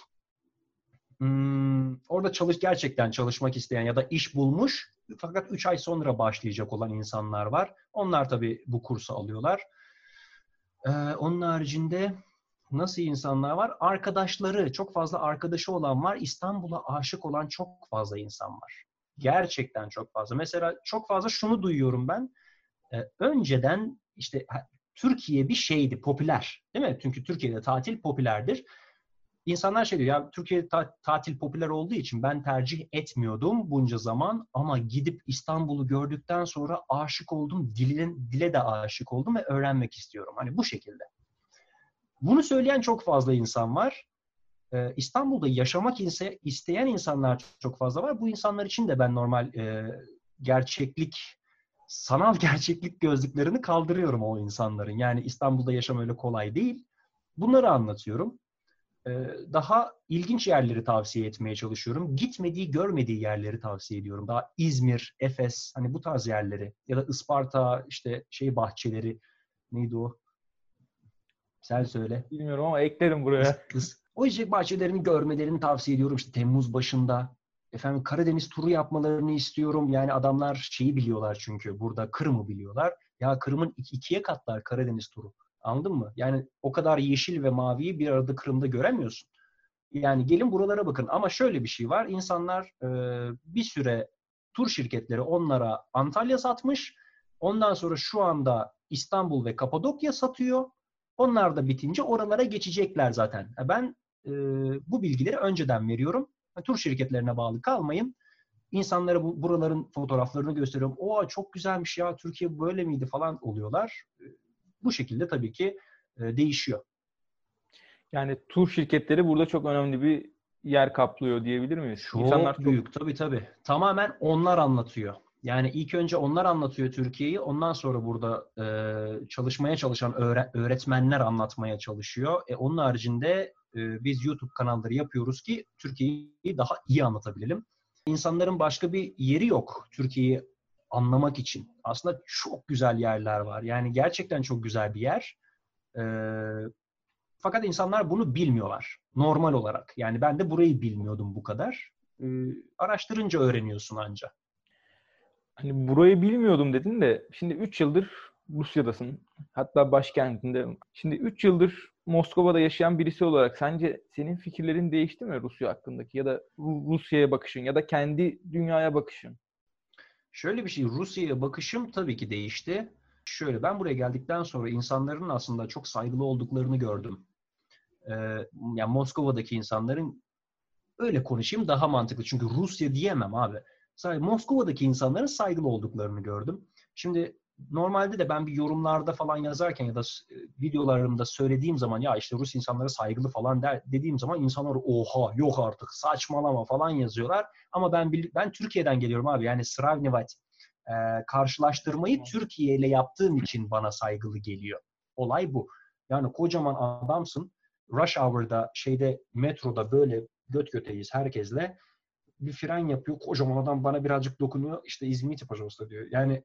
Hmm, orada çalış gerçekten çalışmak isteyen ya da iş bulmuş fakat üç ay sonra başlayacak olan insanlar var. Onlar tabii bu kursu alıyorlar. Ee, onun haricinde nasıl insanlar var? Arkadaşları, çok fazla arkadaşı olan var. İstanbul'a aşık olan çok fazla insan var. Gerçekten çok fazla. Mesela çok fazla şunu duyuyorum ben. Ee, önceden işte Türkiye bir şeydi, popüler. Değil mi? Çünkü Türkiye'de tatil popülerdir. İnsanlar şey diyor ya, Türkiye ta- tatil popüler olduğu için ben tercih etmiyordum bunca zaman ama gidip İstanbul'u gördükten sonra aşık oldum, dile, dile de aşık oldum ve öğrenmek istiyorum. Hani bu şekilde. Bunu söyleyen çok fazla insan var. Ee, İstanbul'da yaşamak ise, isteyen insanlar çok fazla var. Bu insanlar için de ben normal e, gerçeklik, sanal gerçeklik gözlüklerini kaldırıyorum o insanların. Yani İstanbul'da yaşam öyle kolay değil. Bunları anlatıyorum. Daha ilginç yerleri tavsiye etmeye çalışıyorum. Gitmediği, görmediği yerleri tavsiye ediyorum. Daha İzmir, Efes, hani bu tarz yerleri ya da Isparta, işte şey bahçeleri, neydi o? Sen söyle. bilmiyorum ama eklerim buraya. Is, is. O işte bahçelerini görmelerini tavsiye ediyorum. İşte Temmuz başında efendim Karadeniz turu yapmalarını istiyorum. Yani adamlar şeyi biliyorlar çünkü burada Kırım'ı biliyorlar. Ya Kırım'ın ikiye katlar Karadeniz turu. Anladın mı? Yani o kadar yeşil ve maviyi bir arada Kırım'da göremiyorsun. Yani gelin buralara bakın. Ama şöyle bir şey var. İnsanlar e, bir süre tur şirketleri onlara Antalya satmış. Ondan sonra şu anda İstanbul ve Kapadokya satıyor. Onlar da bitince oralara geçecekler zaten. Ben e, bu bilgileri önceden veriyorum. Tur şirketlerine bağlı kalmayın. İnsanlara bu, buraların fotoğraflarını gösteriyorum. Oha çok güzelmiş ya, Türkiye böyle miydi falan oluyorlar. Bu şekilde tabii ki e, değişiyor. Yani tur şirketleri burada çok önemli bir yer kaplıyor diyebilir miyiz? İnsanlar Çok çok büyük tabii tabii. Tamamen onlar anlatıyor. Yani ilk önce onlar anlatıyor Türkiye'yi. Ondan sonra burada e, çalışmaya çalışan öğre- öğretmenler anlatmaya çalışıyor. E, onun haricinde e, biz YouTube kanalları yapıyoruz ki Türkiye'yi daha iyi anlatabilelim. İnsanların başka bir yeri yok Türkiye'yi anlamak için. Aslında çok güzel yerler var. Yani gerçekten çok güzel bir yer. E, Fakat insanlar bunu bilmiyorlar. Normal olarak. Yani ben de burayı bilmiyordum bu kadar. Ee, araştırınca öğreniyorsun anca. hani burayı bilmiyordum dedin de şimdi üç yıldır Rusya'dasın. Hatta başkentinde. Şimdi üç yıldır Moskova'da yaşayan birisi olarak sence senin fikirlerin değişti mi Rusya hakkındaki ya da Ru- Rusya'ya bakışın ya da kendi dünyaya bakışın? Şöyle bir şey, Rusya'ya bakışım tabii ki değişti. Şöyle, ben buraya geldikten sonra insanların aslında çok saygılı olduklarını gördüm. Ee, yani Moskova'daki insanların, öyle konuşayım daha mantıklı. Çünkü Rusya diyemem abi. Sadece Moskova'daki insanların saygılı olduklarını gördüm. Şimdi normalde de ben bir yorumlarda falan yazarken ya da videolarımda söylediğim zaman ya işte Rus insanları saygılı falan der dediğim zaman insanlar oha yok artık saçmalama falan yazıyorlar. Ama ben ben Türkiye'den geliyorum abi. Yani Sravnivat e, karşılaştırmayı Türkiye ile yaptığım için bana saygılı geliyor. Olay bu. Yani kocaman adamsın. Rush hour'da şeyde metroda böyle göt göteyiz herkesle. Bir fren yapıyor. Kocaman adam bana birazcık dokunuyor. İşte İzmir'e pajosta diyor. Yani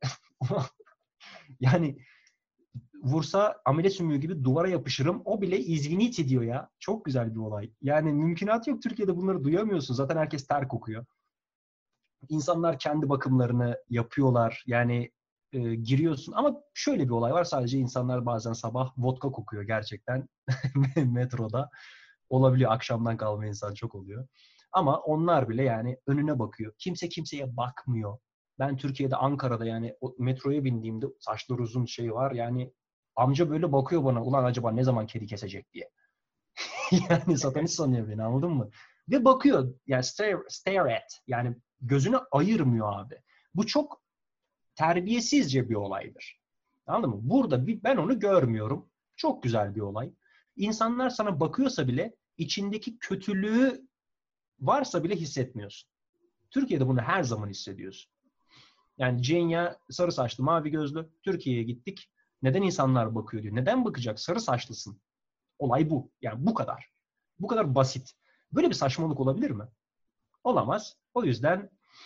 yani vursa amele sümüğü gibi duvara yapışırım. O bile izviniti diyor ya. Çok güzel bir olay. Yani mümkünatı yok. Türkiye'de bunları duyamıyorsun. Zaten herkes ter kokuyor. İnsanlar kendi bakımlarını yapıyorlar. Yani e, giriyorsun. Ama şöyle bir olay var. Sadece insanlar bazen sabah vodka kokuyor gerçekten. Metroda. Olabiliyor. Akşamdan kalma insan çok oluyor. Ama onlar bile yani önüne bakıyor. Kimse kimseye bakmıyor. Ben Türkiye'de, Ankara'da yani o metroya bindiğimde saçları uzun şey var. Yani amca böyle bakıyor bana. Ulan acaba ne zaman kedi kesecek diye. Yani satanist sanıyor beni, anladın mı? Ve bakıyor. Yani stare, stare at. Yani gözünü ayırmıyor abi. Bu çok terbiyesizce bir olaydır. Anladın mı? Burada bir, ben onu görmüyorum. Çok güzel bir olay. İnsanlar sana bakıyorsa bile içindeki kötülüğü varsa bile hissetmiyorsun. Türkiye'de bunu her zaman hissediyorsun. Yani Cenya sarı saçlı, mavi gözlü. Türkiye'ye gittik. Neden insanlar bakıyor diyor. Neden bakacak? Sarı saçlısın. Olay bu. Yani bu kadar. Bu kadar basit. Böyle bir saçmalık olabilir mi? Olamaz. O yüzden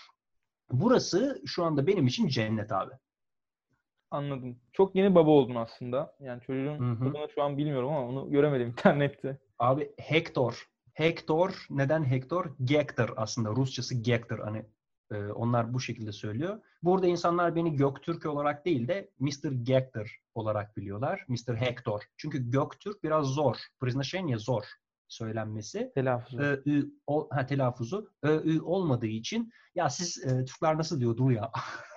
burası şu anda benim için cennet abi. Anladım. Çok yeni baba oldun aslında. Yani Hı çocuğun hı. adını şu an bilmiyorum ama onu göremedim internette. Abi Hector. Hector. Neden Hector? Gekter aslında. Rusçası Gekter. Hani e, onlar bu şekilde söylüyor. Burada insanlar beni Göktürk olarak değil de mister Gekter olarak biliyorlar. mister Hector. Çünkü Göktürk biraz zor. Произношение zor söylenmesi. Telaffuzu. Ö, ü, o, ha, telaffuzu. Ö, ü olmadığı için ya siz e, Türkler nasıl diyordu ya?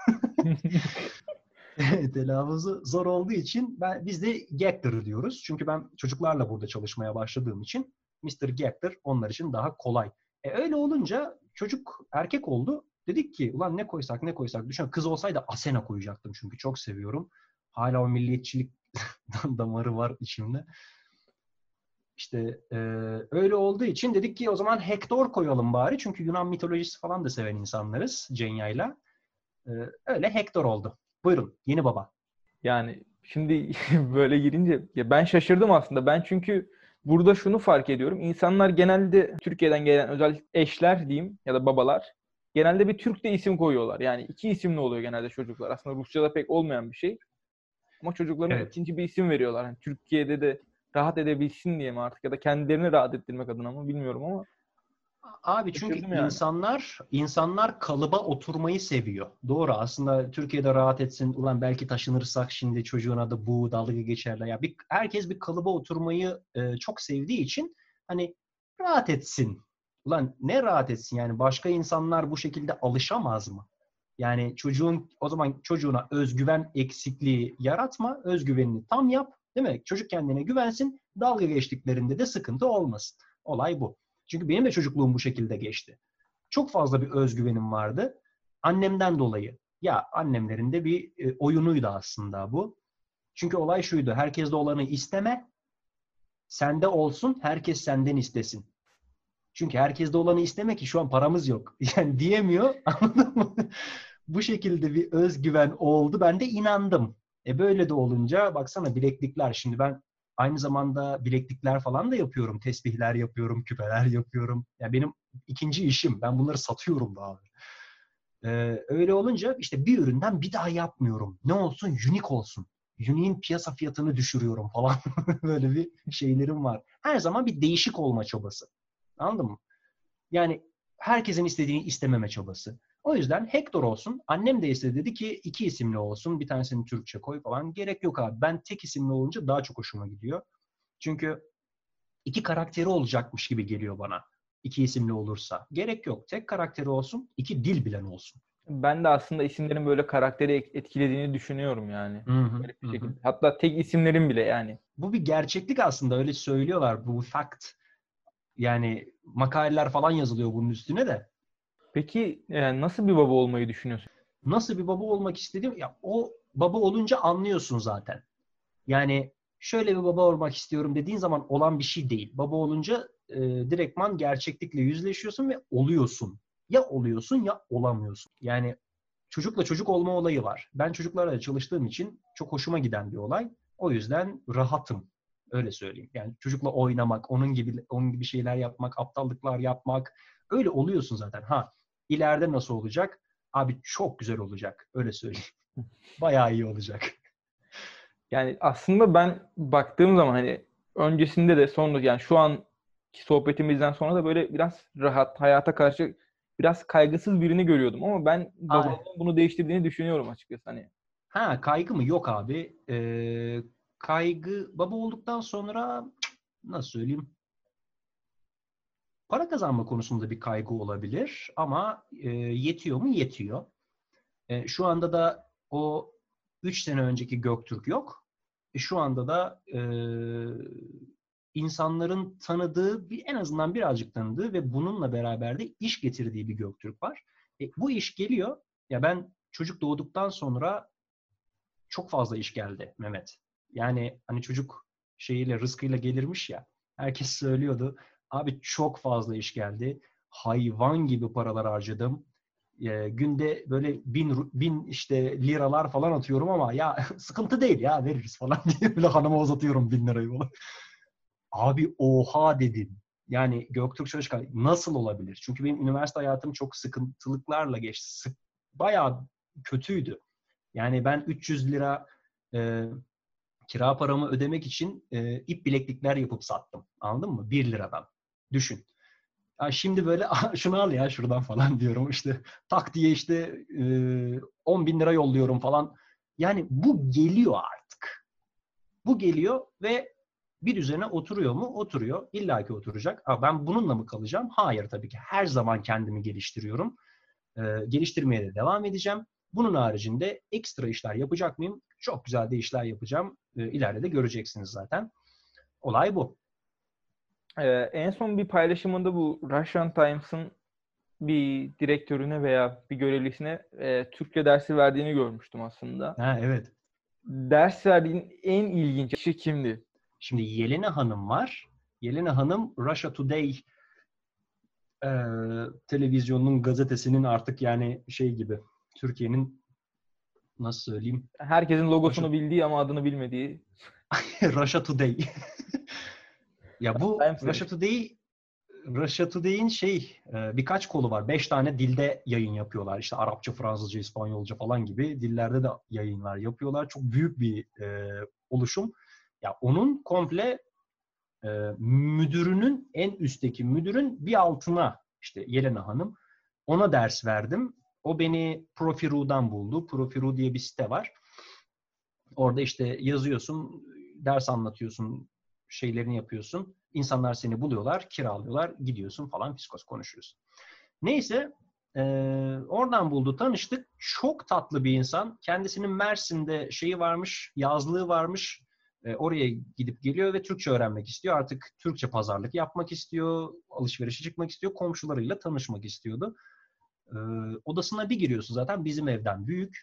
Telaffuzu zor olduğu için ben biz de Gekter diyoruz. Çünkü ben çocuklarla burada çalışmaya başladığım için mister Gekter onlar için daha kolay. E öyle olunca çocuk erkek oldu. Dedik ki ulan ne koysak ne koysak. Düşün, kız olsaydı Asena koyacaktım çünkü çok seviyorum. Hala o milliyetçilik damarı var içimde. İşte e, öyle olduğu için dedik ki o zaman Hector koyalım bari. Çünkü Yunan mitolojisi falan da seven insanlarız Cenya'yla. E, öyle Hector oldu. Buyurun yeni baba. Yani şimdi böyle girince ya ben şaşırdım aslında. Ben çünkü burada şunu fark ediyorum. İnsanlar genelde Türkiye'den gelen özel eşler diyeyim ya da babalar genelde bir Türk de isim koyuyorlar. Yani iki isimli oluyor genelde çocuklar. Aslında Rusça'da pek olmayan bir şey. Ama çocuklarına Evet. ikinci bir isim veriyorlar. Yani Türkiye'de de rahat edebilsin diye mi artık ya da kendilerini rahat ettirmek adına mı bilmiyorum ama Abi çünkü Şaşırdım yani. insanlar insanlar kalıba oturmayı seviyor. Doğru. Aslında Türkiye'de rahat etsin. Ulan belki taşınırsak şimdi çocuğuna da bu dalga geçerler. Ya bir, herkes bir kalıba oturmayı e, çok sevdiği için hani rahat etsin. Ulan ne rahat etsin yani başka insanlar bu şekilde alışamaz mı? Yani çocuğun o zaman çocuğuna özgüven eksikliği yaratma, özgüvenini tam yap, değil mi? Çocuk kendine güvensin, dalga geçtiklerinde de sıkıntı olmasın. Olay bu. Çünkü benim de çocukluğum bu şekilde geçti. Çok fazla bir özgüvenim vardı. Annemden dolayı. Ya annemlerin de bir e, oyunuydu aslında bu. Çünkü olay şuydu. Herkeste olanı isteme, sende olsun, herkes senden istesin. Çünkü herkeste olanı isteme ki şu an paramız yok. Yani diyemiyor. Anladın mı? Bu şekilde bir özgüven oldu. Ben de inandım. E böyle de olunca baksana bileklikler. Şimdi ben aynı zamanda bileklikler falan da yapıyorum. Tesbihler yapıyorum, küpeler yapıyorum. Ya benim ikinci işim. Ben bunları satıyorum da abi. Ee, öyle olunca işte bir üründen bir daha yapmıyorum. Ne olsun? Unique olsun. Unique'in piyasa fiyatını düşürüyorum falan. Böyle bir şeylerim var. Her zaman bir değişik olma çabası. Anladın mı? Yani herkesin istediğini istememe çabası. O yüzden Hector olsun. Annem de istedi, dedi ki iki isimli olsun. Bir tanesini Türkçe koy falan. Gerek yok abi. Ben tek isimli olunca daha çok hoşuma gidiyor. Çünkü iki karakteri olacakmış gibi geliyor bana. İki isimli olursa. Gerek yok. Tek karakteri olsun. İki dil bilen olsun. Ben de aslında isimlerin böyle karakteri etkilediğini düşünüyorum yani. Hı hı, Garip bir hı hı. şekilde. Hatta tek isimlerin bile yani. Bu bir gerçeklik aslında. Öyle söylüyorlar. Bu fact. Yani makaleler falan yazılıyor bunun üstüne de. Peki e, nasıl bir baba olmayı düşünüyorsun? Nasıl bir baba olmak istediğim, ya o baba olunca anlıyorsun zaten. Yani şöyle bir baba olmak istiyorum dediğin zaman olan bir şey değil. Baba olunca e, direktman gerçeklikle yüzleşiyorsun ve oluyorsun. Ya oluyorsun ya olamıyorsun. Yani çocukla çocuk olma olayı var. Ben çocuklarla da çalıştığım için çok hoşuma giden bir olay. O yüzden rahatım. Öyle söyleyeyim. Yani çocukla oynamak, onun gibi onun gibi şeyler yapmak, aptallıklar yapmak. Öyle oluyorsun zaten. Ha, ileride nasıl olacak? Abi çok güzel olacak. Öyle söyleyeyim. Bayağı iyi olacak. Yani aslında ben baktığım zaman hani öncesinde de sonra yani şu anki sohbetimizden sonra da böyle biraz rahat, hayata karşı biraz kaygısız birini görüyordum ama ben Ay, babalığın bunu değiştirdiğini düşünüyorum açıkçası hani. ha, kaygı mı? Yok abi. Ee, kaygı baba olduktan sonra nasıl söyleyeyim? Para kazanma konusunda bir kaygı olabilir ama e, yetiyor mu? Yetiyor. E, şu anda da o üç sene önceki Göktürk yok. E, şu anda da e, insanların tanıdığı, bir, en azından birazcık tanıdığı ve bununla beraber de iş getirdiği bir Göktürk var. E, bu iş geliyor. Ya ben çocuk doğduktan sonra çok fazla iş geldi Mehmet. Yani hani çocuk şeyiyle, rızkıyla gelirmiş ya. Herkes söylüyordu. Abi çok fazla iş geldi. Hayvan gibi paralar harcadım. E, günde böyle bin, bin işte liralar falan atıyorum ama ya sıkıntı değil ya veririz falan diye böyle hanıma uzatıyorum bin lirayı falan. Abi oha dedim. Yani Göktürk Çalışkan nasıl olabilir? Çünkü benim üniversite hayatım çok sıkıntılıklarla geçti. Sık, bayağı kötüydü. Yani ben üç yüz lira e, kira paramı ödemek için e, ip bileklikler yapıp sattım. Anladın mı? Bir liradan. Düşün. Ya şimdi böyle şunu al ya şuradan falan diyorum. İşte tak diye işte e, on bin lira yolluyorum falan. Yani bu geliyor artık. Bu geliyor ve bir düzene oturuyor mu? Oturuyor. İlla ki oturacak. Ama ben bununla mı kalacağım? Hayır tabii ki. Her zaman kendimi geliştiriyorum. E, geliştirmeye de devam edeceğim. Bunun haricinde ekstra işler yapacak mıyım? Çok güzel de işler yapacağım. E, ileride de göreceksiniz zaten. Olay bu. Ee, en son bir paylaşımında bu Russian Times'ın bir direktörüne veya bir görevlisine e, Türkçe dersi verdiğini görmüştüm aslında. Ha, evet. Ders verdiğin en ilginç kişi kimdi? Şimdi Yelena Hanım var. Yelena Hanım Russia Today e, televizyonunun gazetesinin artık yani şey gibi Türkiye'nin nasıl söyleyeyim Herkesin Russia, logosunu bildiği ama adını bilmediği Russia Today. Ya bu Times Russia demiş. Today Russia Today'in şey e, birkaç kolu var. Beş tane dilde yayın yapıyorlar. İşte Arapça, Fransızca, İspanyolca falan gibi dillerde de yayınlar yapıyorlar. Çok büyük bir e, oluşum. Ya onun komple e, müdürünün en üstteki müdürün bir altına İşte Yelena Hanım. Ona ders verdim. O beni Profiru'dan buldu. Profiru diye bir site var. Orada işte yazıyorsun, ders anlatıyorsun, şeylerini yapıyorsun. İnsanlar seni buluyorlar, kiralıyorlar, gidiyorsun falan fiskos konuşuyorsun. Neyse, e, oradan buldu, tanıştık. Çok tatlı bir insan. Kendisinin Mersin'de şeyi varmış, yazlığı varmış. E, oraya gidip geliyor ve Türkçe öğrenmek istiyor. Artık Türkçe pazarlık yapmak istiyor, alışverişe çıkmak istiyor, komşularıyla tanışmak istiyordu. E, odasına bir giriyorsun, zaten bizim evden büyük.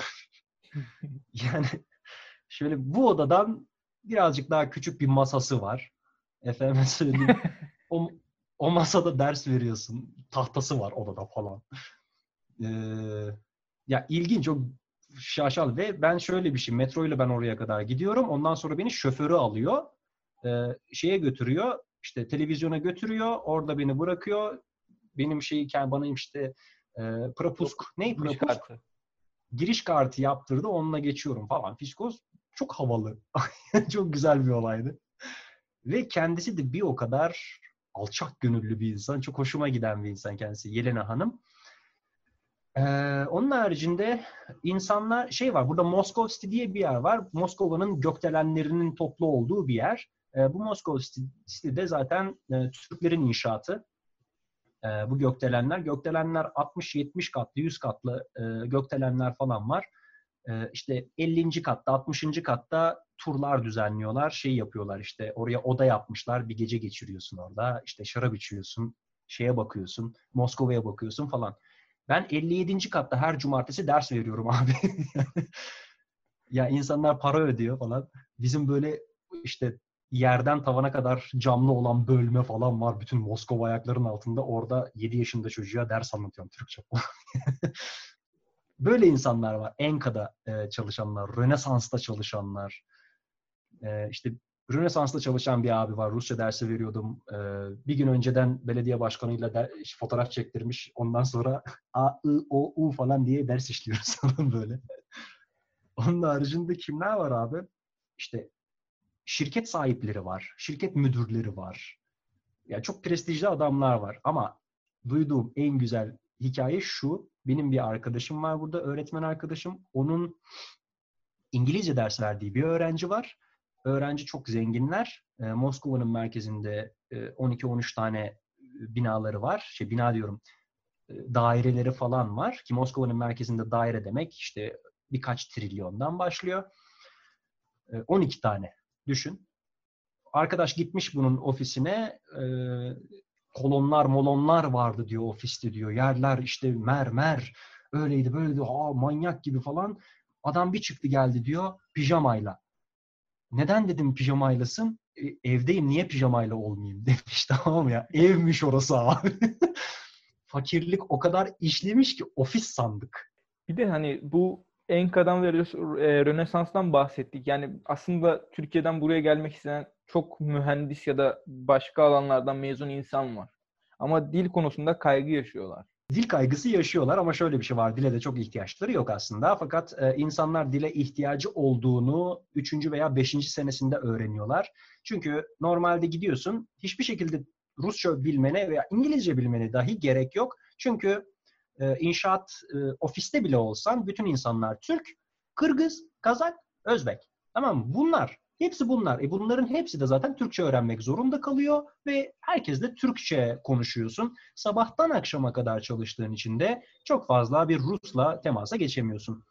Yani şöyle bu odadan birazcık daha küçük bir masası var. Efendim söyleyeyim. O, o masada ders veriyorsun. Tahtası var odada falan. Ee, ya ilginç, çok şaşalı ve ben şöyle bir şey, metro ile ben oraya kadar gidiyorum. Ondan sonra beni şoförü alıyor. Ee, şeye götürüyor. İşte televizyona götürüyor. Orada beni bırakıyor. Benim şeyi bana işte e, propusk ne Giriş propusk kartı. giriş kartı yaptırdı. Onunla geçiyorum falan. Fiskos çok havalı. Çok güzel bir olaydı. Ve kendisi de bir o kadar alçak gönüllü bir insan. Çok hoşuma giden bir insan kendisi. Yelena Hanım. Ee, onun haricinde insanlar şey var. Burada Moskova City diye bir yer var. Moskova'nın gökdelenlerinin toplu olduğu bir yer. Ee, bu Moskova City'de zaten e, Türklerin inşaatı. E, bu gökdelenler. Gökdelenler altmış yetmiş katlı, yüz katlı e, gökdelenler falan var. E, işte ellinci katta, altmışıncı katta turlar düzenliyorlar. Şey yapıyorlar işte, oraya oda yapmışlar. Bir gece geçiriyorsun orada. İşte şarap içiyorsun. Şeye bakıyorsun. Moskova'ya bakıyorsun falan. Ben elli yedinci katta her cumartesi ders veriyorum abi. Ya insanlar para ödüyor falan. Bizim böyle işte yerden tavana kadar camlı olan bölme falan var. Bütün Moskova ayaklarının altında. Orada yedi yaşında çocuğa ders anlatıyorum Türkçe falan. Böyle insanlar var. Enka'da e, çalışanlar, Rönesans'ta çalışanlar. E, işte Rönesans'ta çalışan bir abi var. Rusça dersi veriyordum. E, bir gün önceden belediye başkanıyla der, fotoğraf çektirmiş. Ondan sonra A, I, O, U falan diye ders işliyoruz falan böyle. Onun haricinde kimler var abi? İşte şirket sahipleri var. Şirket müdürleri var. Ya çok prestijli adamlar var. Ama duyduğum en güzel hikaye şu. Benim bir arkadaşım var burada, öğretmen arkadaşım. Onun İngilizce ders verdiği bir öğrenci var. Öğrenci çok zenginler. E, Moskova'nın merkezinde e, on iki on üç tane binaları var. Şey bina diyorum, e, daireleri falan var. Ki Moskova'nın merkezinde daire demek işte birkaç trilyondan başlıyor. E, on iki tane düşün. Arkadaş gitmiş bunun ofisine, e, kolonlar molonlar vardı diyor ofiste diyor. Yerler işte mermer, öyleydi böyleydi, ha, manyak gibi falan. Adam bir çıktı geldi diyor pijamayla. Neden dedim pijamaylasın? E, evdeyim, niye pijamayla olmayayım demiş, tamam mı ya? Evmiş orası abi. Fakirlik o kadar işlemiş ki ofis sandık. Bir de hani bu Enka'dan ve Rö- e, Rönesans'tan bahsettik. Yani aslında Türkiye'den buraya gelmek isteyen çok mühendis ya da başka alanlardan mezun insan var. Ama dil konusunda kaygı yaşıyorlar. Dil kaygısı yaşıyorlar ama şöyle bir şey var. Dile de çok ihtiyaçları yok aslında. Fakat e, insanlar dile ihtiyacı olduğunu üçüncü veya beşinci senesinde öğreniyorlar. Çünkü normalde gidiyorsun, hiçbir şekilde Rusça bilmene veya İngilizce bilmene dahi gerek yok. Çünkü e, inşaat e, ofiste bile olsan bütün insanlar Türk, Kırgız, Kazak, Özbek. Tamam mı? Bunlar. Hepsi bunlar. E bunların hepsi de zaten Türkçe öğrenmek zorunda kalıyor ve herkes de Türkçe konuşuyorsun. Sabahtan akşama kadar çalıştığın için de çok fazla bir Rus'la temasa geçemiyorsun.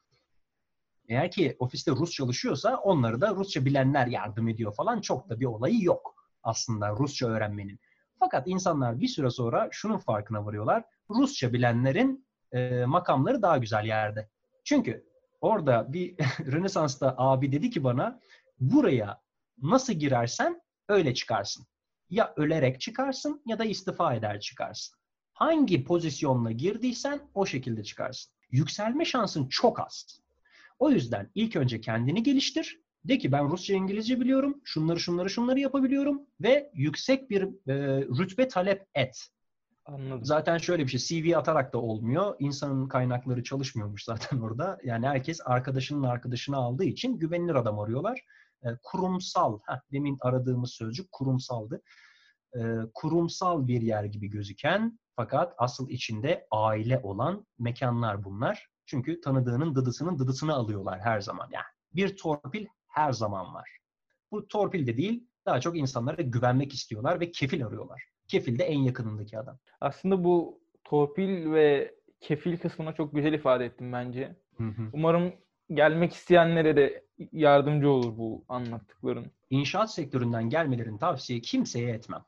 Eğer ki ofiste Rus çalışıyorsa onları da Rusça bilenler yardım ediyor falan, çok da bir olayı yok aslında Rusça öğrenmenin. Fakat insanlar bir süre sonra şunun farkına varıyorlar. Rusça bilenlerin e, makamları daha güzel yerde. Çünkü orada bir Rönesans'ta abi dedi ki bana, buraya nasıl girersen öyle çıkarsın. Ya ölerek çıkarsın ya da istifa eder çıkarsın. Hangi pozisyonla girdiysen o şekilde çıkarsın. Yükselme şansın çok az. O yüzden ilk önce kendini geliştir. De ki ben Rusça, İngilizce biliyorum. Şunları şunları şunları yapabiliyorum. Ve yüksek bir e, rütbe talep et. Anladım. Zaten şöyle bir şey, C V atarak da olmuyor. İnsanın kaynakları çalışmıyormuş zaten orada. Yani herkes arkadaşının arkadaşını aldığı için güvenilir adam arıyorlar. E, kurumsal, heh, demin aradığımız sözcük kurumsaldı. e, kurumsal bir yer gibi gözüken fakat asıl içinde aile olan mekanlar bunlar. Çünkü tanıdığının dıdısının dıdısını alıyorlar her zaman. Yani bir torpil her zaman var. Bu torpil de değil, daha çok insanlara güvenmek istiyorlar ve kefil arıyorlar. Kefil de en yakınındaki adam. Aslında bu torpil ve kefil kısmına çok güzel ifade ettim bence. Hı hı. Umarım gelmek isteyenlere de yardımcı olur bu anlattıkların. İnşaat sektöründen gelmelerini tavsiye kimseye etmem.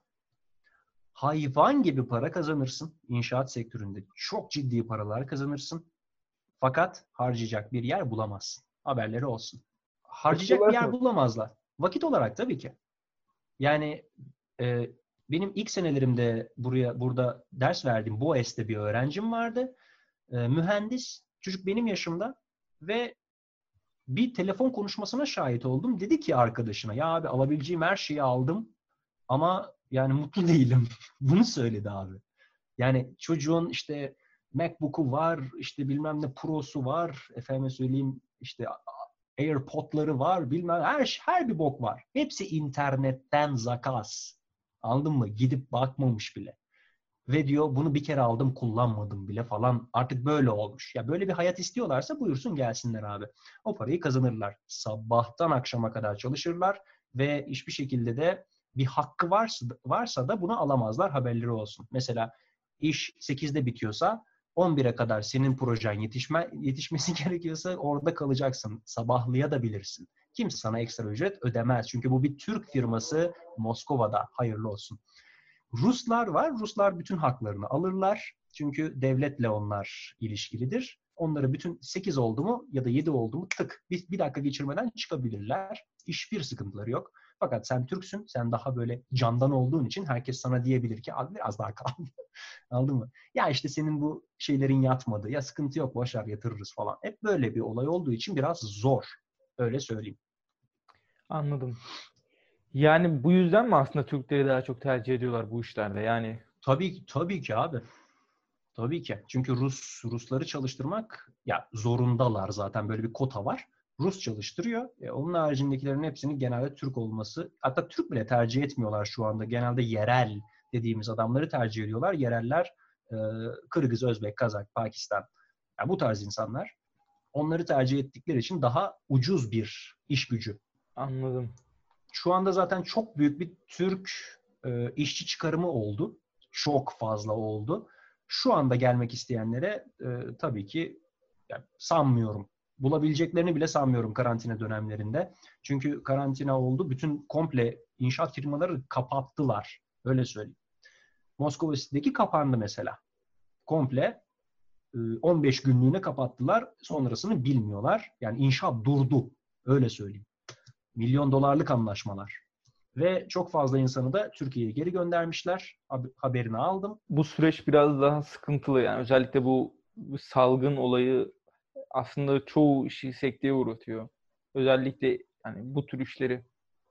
Hayvan gibi para kazanırsın. İnşaat sektöründe çok ciddi paralar kazanırsın. Fakat harcayacak bir yer bulamazsın. Haberleri olsun. Harcayacak bir Vakit yer mı? bulamazlar. Vakit olarak tabii ki. Yani e, benim ilk senelerimde buraya burada ders verdiğim BOES'te bir öğrencim vardı. E, mühendis. Çocuk benim yaşımda ve bir telefon konuşmasına şahit oldum. Dedi ki arkadaşına, ya abi alabileceğim her şeyi aldım ama yani mutlu değilim. Bunu söyledi abi. Yani çocuğun işte MacBook'u var, işte bilmem ne Pro'su var, efendime söyleyeyim işte AirPod'ları var, bilmem her her bir bok var. Hepsi internetten zakas. Anladın mı? Gidip bakmamış bile. Ve diyor bunu bir kere aldım kullanmadım bile falan. Artık böyle olmuş. Ya böyle bir hayat istiyorlarsa buyursun gelsinler abi. O parayı kazanırlar. Sabahtan akşama kadar çalışırlar ve hiçbir şekilde de bir hakkı varsa, varsa da bunu alamazlar, haberleri olsun. Mesela iş sekizde bitiyorsa on bire kadar senin projen yetişme, yetişmesi gerekiyorsa orada kalacaksın. Sabahlayabilirsin. Kimse sana ekstra ücret ödemez. Çünkü bu bir Türk firması Moskova'da. Hayırlı olsun. Ruslar var. Ruslar bütün haklarını alırlar. Çünkü devletle onlar ilişkilidir. Onları bütün sekiz oldu mu ya da yedi oldu mu tık bir, bir dakika geçirmeden çıkabilirler. Hiçbir sıkıntıları yok. Fakat sen Türksün. Sen daha böyle candan olduğun için herkes sana diyebilir ki abi biraz daha kal. Anladın mı? Ya işte senin bu şeylerin yatmadı. Ya sıkıntı yok boşver yatırırız falan. Hep böyle bir olay olduğu için biraz zor. Öyle söyleyeyim. Anladım. Yani bu yüzden mi aslında Türkleri daha çok tercih ediyorlar bu işlerde? Yani Tabii tabii ki abi. Tabii ki. Çünkü Rus Rusları çalıştırmak ya zorundalar zaten böyle bir kota var. Rus çalıştırıyor. E, onun haricindekilerin hepsinin genelde Türk olması. Hatta Türk bile tercih etmiyorlar şu anda. Genelde yerel dediğimiz adamları tercih ediyorlar. Yereller e, Kırgız, Özbek, Kazak, Pakistan. Yani bu tarz insanlar. Onları tercih ettikleri için daha ucuz bir iş gücü. anladım. Şu anda zaten çok büyük bir Türk e, işçi çıkarımı oldu. Çok fazla oldu. Şu anda gelmek isteyenlere e, tabii ki yani sanmıyorum. Bulabileceklerini bile sanmıyorum karantina dönemlerinde. Çünkü karantina oldu. Bütün komple inşaat firmaları kapattılar. Öyle söyleyeyim. Moskova City'deki kapandı mesela. Komple e, on beş günlüğüne kapattılar. Sonrasını bilmiyorlar. Yani inşaat durdu. Öyle söyleyeyim. Milyon dolarlık anlaşmalar. Ve çok fazla insanı da Türkiye'ye geri göndermişler. Haberini aldım. Bu süreç biraz daha sıkıntılı yani özellikle bu, bu salgın olayı aslında çoğu işi sekteye uğratıyor. Özellikle yani bu tür işleri.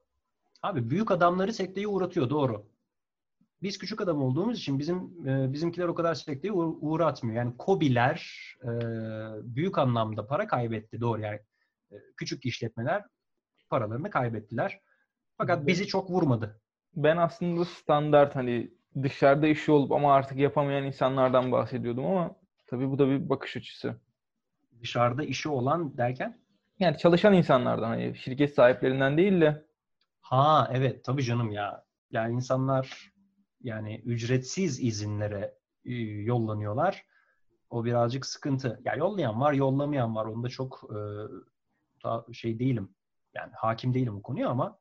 Abi büyük adamları sekteye uğratıyor doğru. Biz küçük adam olduğumuz için bizim e, bizimkiler o kadar sekteye uğratmıyor. Yani KOBİ'ler e, büyük anlamda para kaybetti doğru yani. E, küçük işletmeler paralarını kaybettiler. Fakat bizi çok vurmadı. Ben aslında standart hani dışarıda işi olup ama artık yapamayan insanlardan bahsediyordum ama tabii bu da bir bakış açısı. Dışarıda işi olan derken? Yani çalışan insanlardan hani şirket sahiplerinden değil de Ha evet tabii canım ya. Yani insanlar yani ücretsiz izinlere e, yollanıyorlar. O birazcık sıkıntı. Ya yollayan var, yollamayan var. Onda çok e, ta- şey değilim. Yani hakim değilim bu konuya ama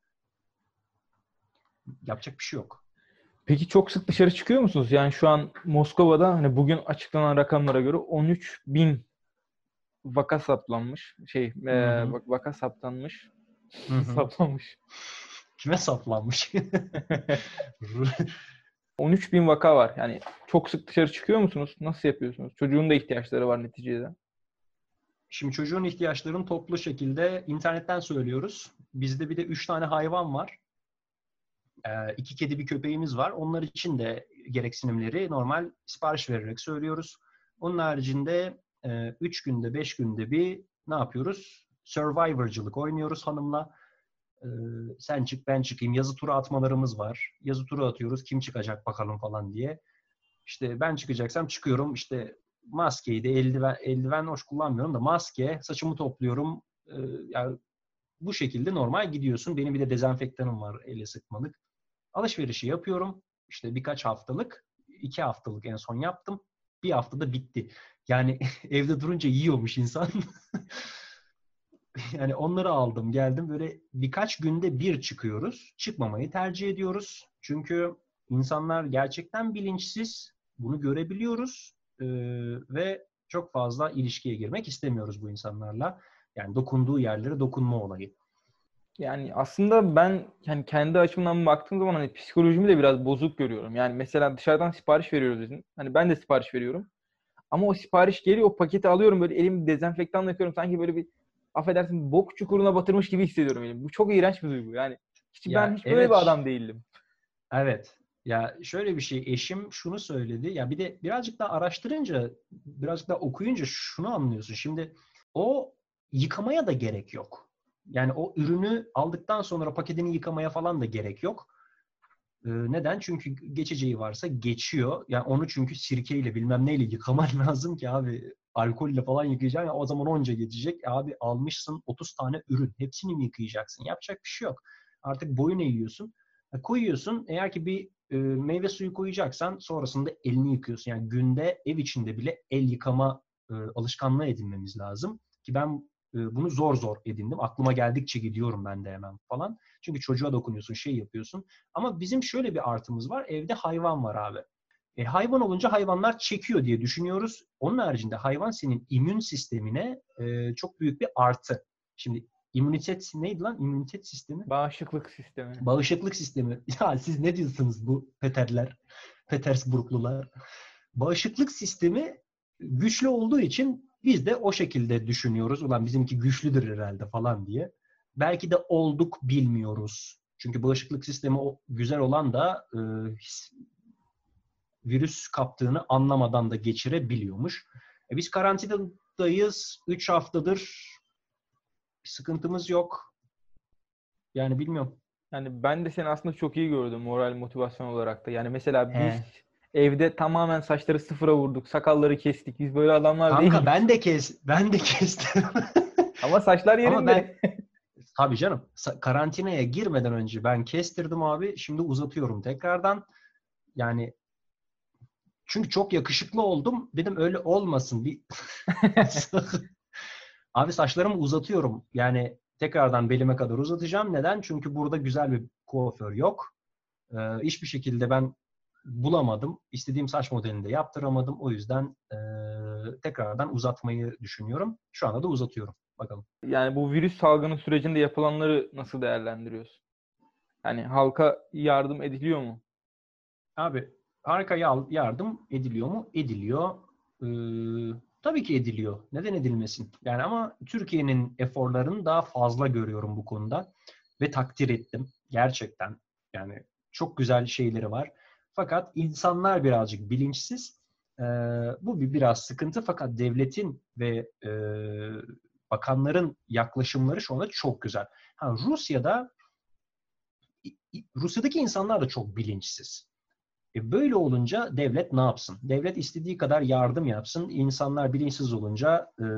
yapacak bir şey yok. peki çok sık dışarı çıkıyor musunuz? Yani şu an Moskova'da hani bugün açıklanan rakamlara göre on üç bin vaka saptanmış. Şey, e, Hı hı. vak- vaka saptanmış. Hı hı. Saptanmış. Kime saplanmış? on üç bin vaka var. Yani çok sık dışarı çıkıyor musunuz? Nasıl yapıyorsunuz? Çocuğun da ihtiyaçları var neticede. Şimdi çocuğun ihtiyaçlarını toplu şekilde internetten söylüyoruz. Bizde bir de üç tane hayvan var. Ee, iki kedi bir köpeğimiz var. Onlar için de gereksinimleri normal sipariş vererek söylüyoruz. Onun haricinde e, üç günde, beş günde bir ne yapıyoruz? Survivor'cılık oynuyoruz hanımla. Ee, sen çık ben çıkayım. Yazı tura atmalarımız var. Yazı tura atıyoruz. Kim çıkacak bakalım falan diye. İşte ben çıkacaksam çıkıyorum. İşte maskeydi, eldiven, eldiven hoş kullanmıyorum da maske, saçımı topluyorum. Ee, yani bu şekilde normal gidiyorsun. Benim bir de dezenfektanım var, elle sıkmalık. Alışverişi yapıyorum. İşte birkaç haftalık, iki haftalık en son yaptım. Bir haftada bitti. Yani evde durunca yiyormuş insan. Yani onları aldım, geldim. Böyle birkaç günde bir çıkıyoruz. Çıkmamayı tercih ediyoruz. Çünkü insanlar gerçekten bilinçsiz. Bunu görebiliyoruz. Ee, ve çok fazla ilişkiye girmek istemiyoruz bu insanlarla. Yani dokunduğu yerlere dokunma olayı. Yani aslında ben yani kendi açımdan baktığım zaman hani psikolojimi de biraz bozuk görüyorum. Yani mesela dışarıdan sipariş veriyoruz bizim. Hani ben de sipariş veriyorum. Ama o sipariş geliyor, o paketi alıyorum böyle elimi dezenfektanla yapıyorum. Sanki böyle bir affedersin bok çukuruna batırmış gibi hissediyorum elimi. Bu çok iğrenç bir duygu. Yani hiç ben Ya hiç böyle bir evet, adam değildim. evet. Ya şöyle bir şey, eşim şunu söyledi. Ya bir de birazcık daha araştırınca, birazcık daha okuyunca şunu anlıyorsun. Şimdi o yıkamaya da gerek yok. Yani o ürünü aldıktan sonra paketini yıkamaya falan da gerek yok. Ee, neden? Çünkü geçeceği varsa geçiyor. Yani onu çünkü sirkeyle bilmem neyle yıkaman lazım ki abi. Alkolle falan yıkayacaksın. Ya o zaman onca geçecek. E abi almışsın otuz tane ürün. Hepsini mi yıkayacaksın? Yapacak bir şey yok. Artık boyun eğiyorsun. E, koyuyorsun. Eğer ki bir e, meyve suyu koyacaksan sonrasında elini yıkıyorsun. Yani günde ev içinde bile el yıkama e, alışkanlığı edinmemiz lazım. Ki ben e, bunu zor zor edindim. Aklıma geldikçe gidiyorum ben de hemen falan. Çünkü çocuğa dokunuyorsun, şey yapıyorsun. Ama bizim şöyle bir artımız var. Evde hayvan var abi. E, hayvan olunca hayvanlar çekiyor diye düşünüyoruz. Onun haricinde hayvan senin immün sistemine e, çok büyük bir artı. Şimdi immünitet neydi lan? İmmünitet sistemi. Bağışıklık sistemi. Bağışıklık sistemi. Ya siz ne diyorsunuz bu Peterler? Petersburglular. Bağışıklık sistemi güçlü olduğu için biz de o şekilde düşünüyoruz. Ulan bizimki güçlüdür herhalde falan diye. Belki de olduk, bilmiyoruz. Çünkü bağışıklık sistemi o güzel olan da e, virüs kaptığını anlamadan da geçirebiliyormuş. E biz karantinadayız. üç haftadır bir sıkıntımız yok. Yani bilmiyorum. Yani ben de seni aslında çok iyi gördüm moral motivasyon olarak da. Yani mesela biz He. evde tamamen saçları sıfıra vurduk, sakalları kestik. Biz böyle adamlar Kanka değiliz. ben de kes, ben de kestim. Ama saçlar Ama ben yerinde. tabii canım sa- karantinaya girmeden önce ben kestirdim abi. Şimdi uzatıyorum tekrardan. Yani çünkü çok yakışıklı oldum. Dedim öyle olmasın. Bir abi saçlarımı uzatıyorum. Yani tekrardan belime kadar uzatacağım. Neden? Çünkü burada güzel bir kuaför yok. Ee, hiçbir şekilde ben bulamadım. İstediğim saç modelini de yaptıramadım. O yüzden e, tekrardan uzatmayı düşünüyorum. Şu anda da uzatıyorum. Bakalım. Yani bu virüs salgını sürecinde yapılanları nasıl değerlendiriyorsun? Yani halka yardım ediliyor mu? Abi harika yardım ediliyor mu? Ediliyor. Ee, tabii ki ediliyor. Neden edilmesin? Yani ama Türkiye'nin eforlarını daha fazla görüyorum bu konuda. Ve takdir ettim. Gerçekten. Yani çok güzel şeyleri var. Fakat insanlar birazcık bilinçsiz. Ee, bu bir biraz sıkıntı. Fakat devletin ve e, bakanların yaklaşımları şu anda çok güzel. Ha, Rusya'da Rusya'daki insanlar da çok bilinçsiz. E böyle olunca devlet ne yapsın? Devlet istediği kadar yardım yapsın. İnsanlar bilinçsiz olunca e,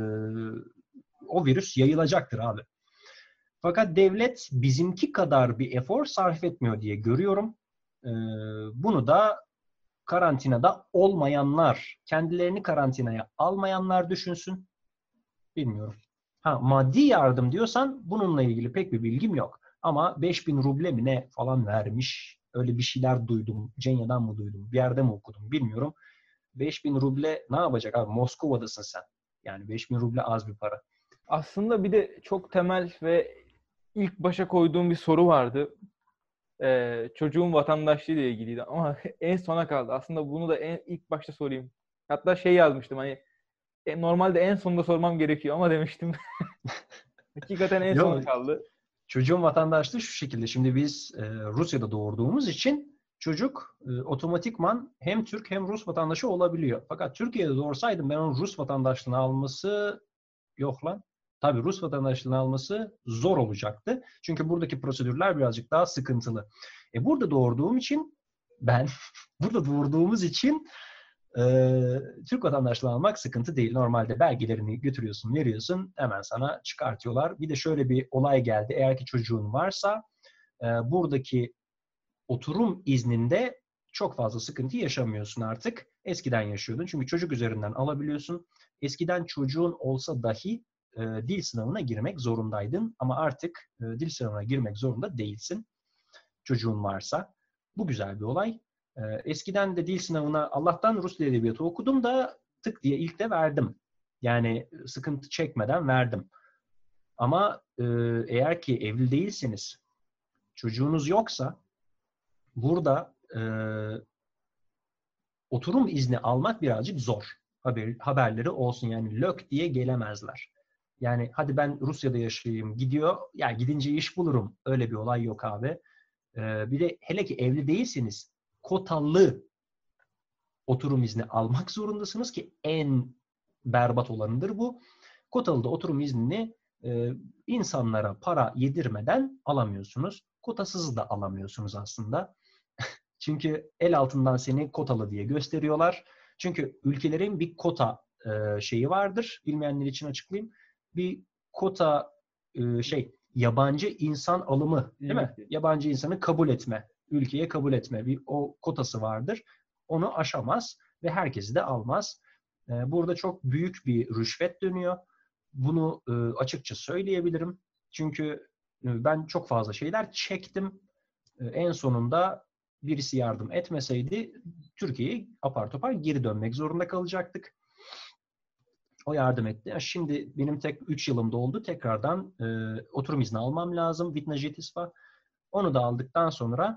o virüs yayılacaktır abi. Fakat devlet bizimki kadar bir efor sarf etmiyor diye görüyorum. E, bunu da karantinada olmayanlar, kendilerini karantinaya almayanlar düşünsün. Bilmiyorum. Ha, maddi yardım diyorsan bununla ilgili pek bir bilgim yok. Ama beş bin ruble mi ne falan vermiş. Öyle bir şeyler duydum. Cenya'dan mı duydum? Bir yerde mi okudum bilmiyorum. beş bin ruble ne yapacak abi? Moskova'dasın sen. Yani beş bin ruble az bir para. Aslında bir de çok temel ve ilk başa koyduğum bir soru vardı. Ee, çocuğun vatandaşlığı ile ilgiliydi ama en sona kaldı. Aslında bunu da en ilk başta sorayım. Hatta şey yazmıştım hani e, normalde en sonunda sormam gerekiyor ama demiştim. Hakikaten en sona Yok, kaldı. çocuğun vatandaşlığı şu şekilde. Şimdi biz e, Rusya'da doğurduğumuz için çocuk e, otomatikman hem Türk hem Rus vatandaşı olabiliyor. Fakat Türkiye'de doğursaydım ben onun Rus vatandaşlığını alması yok lan. Tabii Rus vatandaşlığını alması zor olacaktı. Çünkü buradaki prosedürler birazcık daha sıkıntılı. E burada doğurduğum için ben burada doğurduğumuz için e, Türk vatandaşlığı almak sıkıntı değil. Normalde belgelerini götürüyorsun, veriyorsun, hemen sana çıkartıyorlar. Bir de şöyle bir olay geldi. Eğer ki çocuğun varsa e, buradaki oturum izninde çok fazla sıkıntı yaşamıyorsun artık. Eskiden yaşıyordun. Çünkü çocuk üzerinden alabiliyorsun. Eskiden çocuğun olsa dahi e, dil sınavına girmek zorundaydın. Ama artık e, dil sınavına girmek zorunda değilsin. Çocuğun varsa. Bu güzel bir olay. E, eskiden de dil sınavına Allah'tan Rus Dil Edebiyatı okudum da tık diye ilk de verdim. Yani sıkıntı çekmeden verdim. Ama e, eğer ki evli değilseniz, çocuğunuz yoksa burada e, oturum izni almak birazcık zor. Haber, haberleri olsun yani lök diye gelemezler. Yani hadi ben Rusya'da yaşayayım gidiyor. Ya gidince iş bulurum. Öyle bir olay yok abi. Ee, bir de hele ki evli değilseniz kotalı oturum izni almak zorundasınız ki en berbat olanıdır bu. Kotalı da oturum iznini e, insanlara para yedirmeden alamıyorsunuz. Kotasız da alamıyorsunuz aslında. Çünkü el altından seni kotalı diye gösteriyorlar. Çünkü ülkelerin bir kota e, şeyi vardır. Bilmeyenler için açıklayayım. Bir kota e, şey yabancı insan alımı değil mi? Yabancı insanı kabul etme, ülkeye kabul etme bir o kotası vardır. Onu aşamaz ve herkesi de almaz. E, burada çok büyük bir rüşvet dönüyor. Bunu e, açıkça söyleyebilirim. Çünkü e, ben çok fazla şeyler çektim. E, en sonunda birisi yardım etmeseydi Türkiye'ye apar topar geri dönmek zorunda kalacaktık. O yardım etti. Şimdi benim tek üç yılım doldu. Tekrardan e, oturum izni almam lazım. Vidna Žetisva. Onu da aldıktan sonra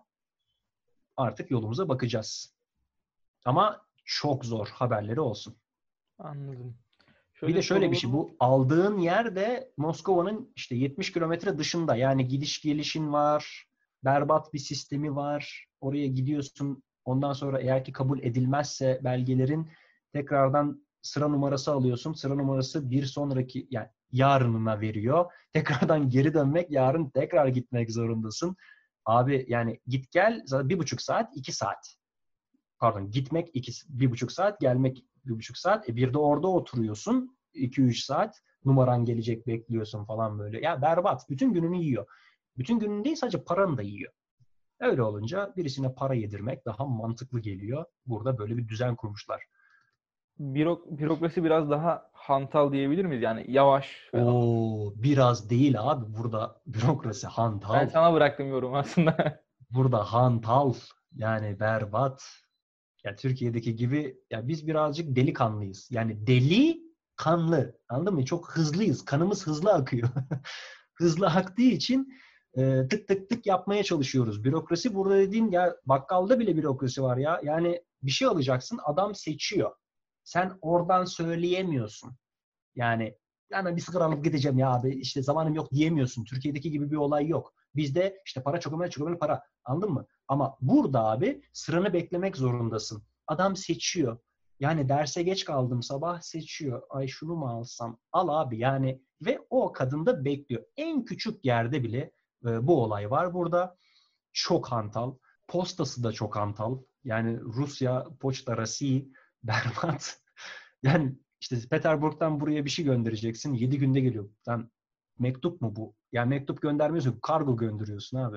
artık yolumuza bakacağız. Ama çok zor haberleri olsun. Anladım. Bir Şöyle de şöyle bir şey. sorularım. Bu aldığın yer de Moskova'nın işte yetmiş kilometre dışında. Yani gidiş gelişin var. Berbat bir sistemi var. Oraya gidiyorsun. Ondan sonra eğer ki kabul edilmezse belgelerin tekrardan sıra numarası alıyorsun. Sıra numarası bir sonraki yani yarınına veriyor. Tekrardan geri dönmek, yarın tekrar gitmek zorundasın. Abi yani git gel zaten bir buçuk saat, iki saat. Pardon gitmek iki, bir buçuk saat, gelmek bir buçuk saat. E bir de orada oturuyorsun iki üç saat. Numaran gelecek bekliyorsun falan böyle. Ya berbat. Bütün gününü yiyor. Bütün günün değil sadece paranı da yiyor. Öyle olunca birisine para yedirmek daha mantıklı geliyor. Burada böyle bir düzen kurmuşlar. Bürok, bürokrasi biraz daha hantal diyebilir miyiz? Yani yavaş. Oo, biraz değil abi. Burada bürokrasi Ben hantal. sana bıraktım yorum aslında. Burada hantal. Yani berbat. Ya Türkiye'deki gibi ya biz birazcık delikanlıyız. Yani deli kanlı. Anladın mı? Çok hızlıyız. Kanımız hızlı akıyor. Hızlı aktığı için e, tık tık tık yapmaya çalışıyoruz. Bürokrasi burada dediğin ya bakkalda bile bürokrasi var ya. Yani bir şey alacaksın adam seçiyor. Sen oradan söyleyemiyorsun. Yani yani bir sigara alıp gideceğim ya abi işte zamanım yok diyemiyorsun. Türkiye'deki gibi bir olay yok. Bizde işte para çok önemli, çok önemli para. Anladın mı? Ama burada abi sıranı beklemek zorundasın. Adam seçiyor. Yani derse geç kaldım sabah seçiyor. Ay şunu mu alsam? Al abi yani ve o kadın da bekliyor. En küçük yerde bile e, bu olay var burada. Çok hantal. Postası da çok hantal. Yani Rusya, Poçta России berbat. Yani işte Peterburg'dan buraya bir şey göndereceksin. yedi günde geliyor. Sen mektup mu bu? Yani mektup göndermiyorsun. Kargo gönderiyorsun abi.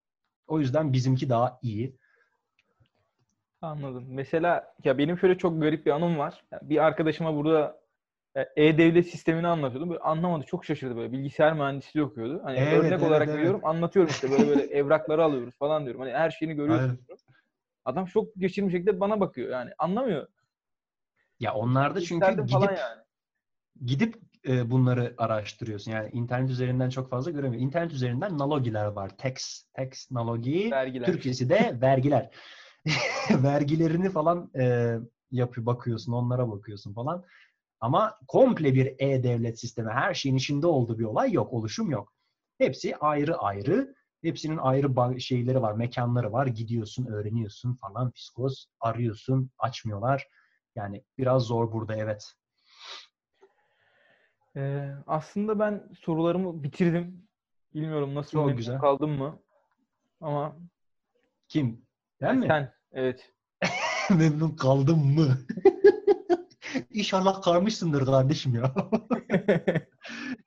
O yüzden bizimki daha iyi. Anladım. Mesela ya benim şöyle çok garip bir anım var. Yani bir arkadaşıma burada e, e-devlet sistemini anlatıyordum. Böyle anlamadı. Çok şaşırdı böyle. Bilgisayar mühendisliği okuyordu. Hani Evet, örnek evet, olarak evet. veriyorum. Anlatıyorum işte. Böyle böyle evrakları alıyoruz falan diyorum. Hani her şeyini görüyorsun. Aynen. Adam şok geçirmiş şekilde bana bakıyor. Yani anlamıyor. Ya onlar da çünkü Gösterdim falan gidip yani. gidip e, bunları araştırıyorsun. Yani internet üzerinden çok fazla göremiyor. İnternet üzerinden nalogiler var. Tax, tax nalogi. Vergiler. Türkçesi de vergiler. Vergilerini falan e, yapıyor, bakıyorsun, onlara bakıyorsun falan. Ama komple bir e-devlet sistemi, her şeyin içinde olduğu bir olay yok, oluşum yok. Hepsi ayrı ayrı, hepsinin ayrı şeyleri var, mekanları var. Gidiyorsun, öğreniyorsun falan, psikoz, arıyorsun, açmıyorlar. Yani biraz zor burada, evet. Ee, aslında ben sorularımı bitirdim. Bilmiyorum nasıl, Çok memnun güzel. kaldım mı? Ama Kim? Ben e, mi? sen, evet. Memnun kaldım mı? İnşallah kalmışsındır kardeşim ya.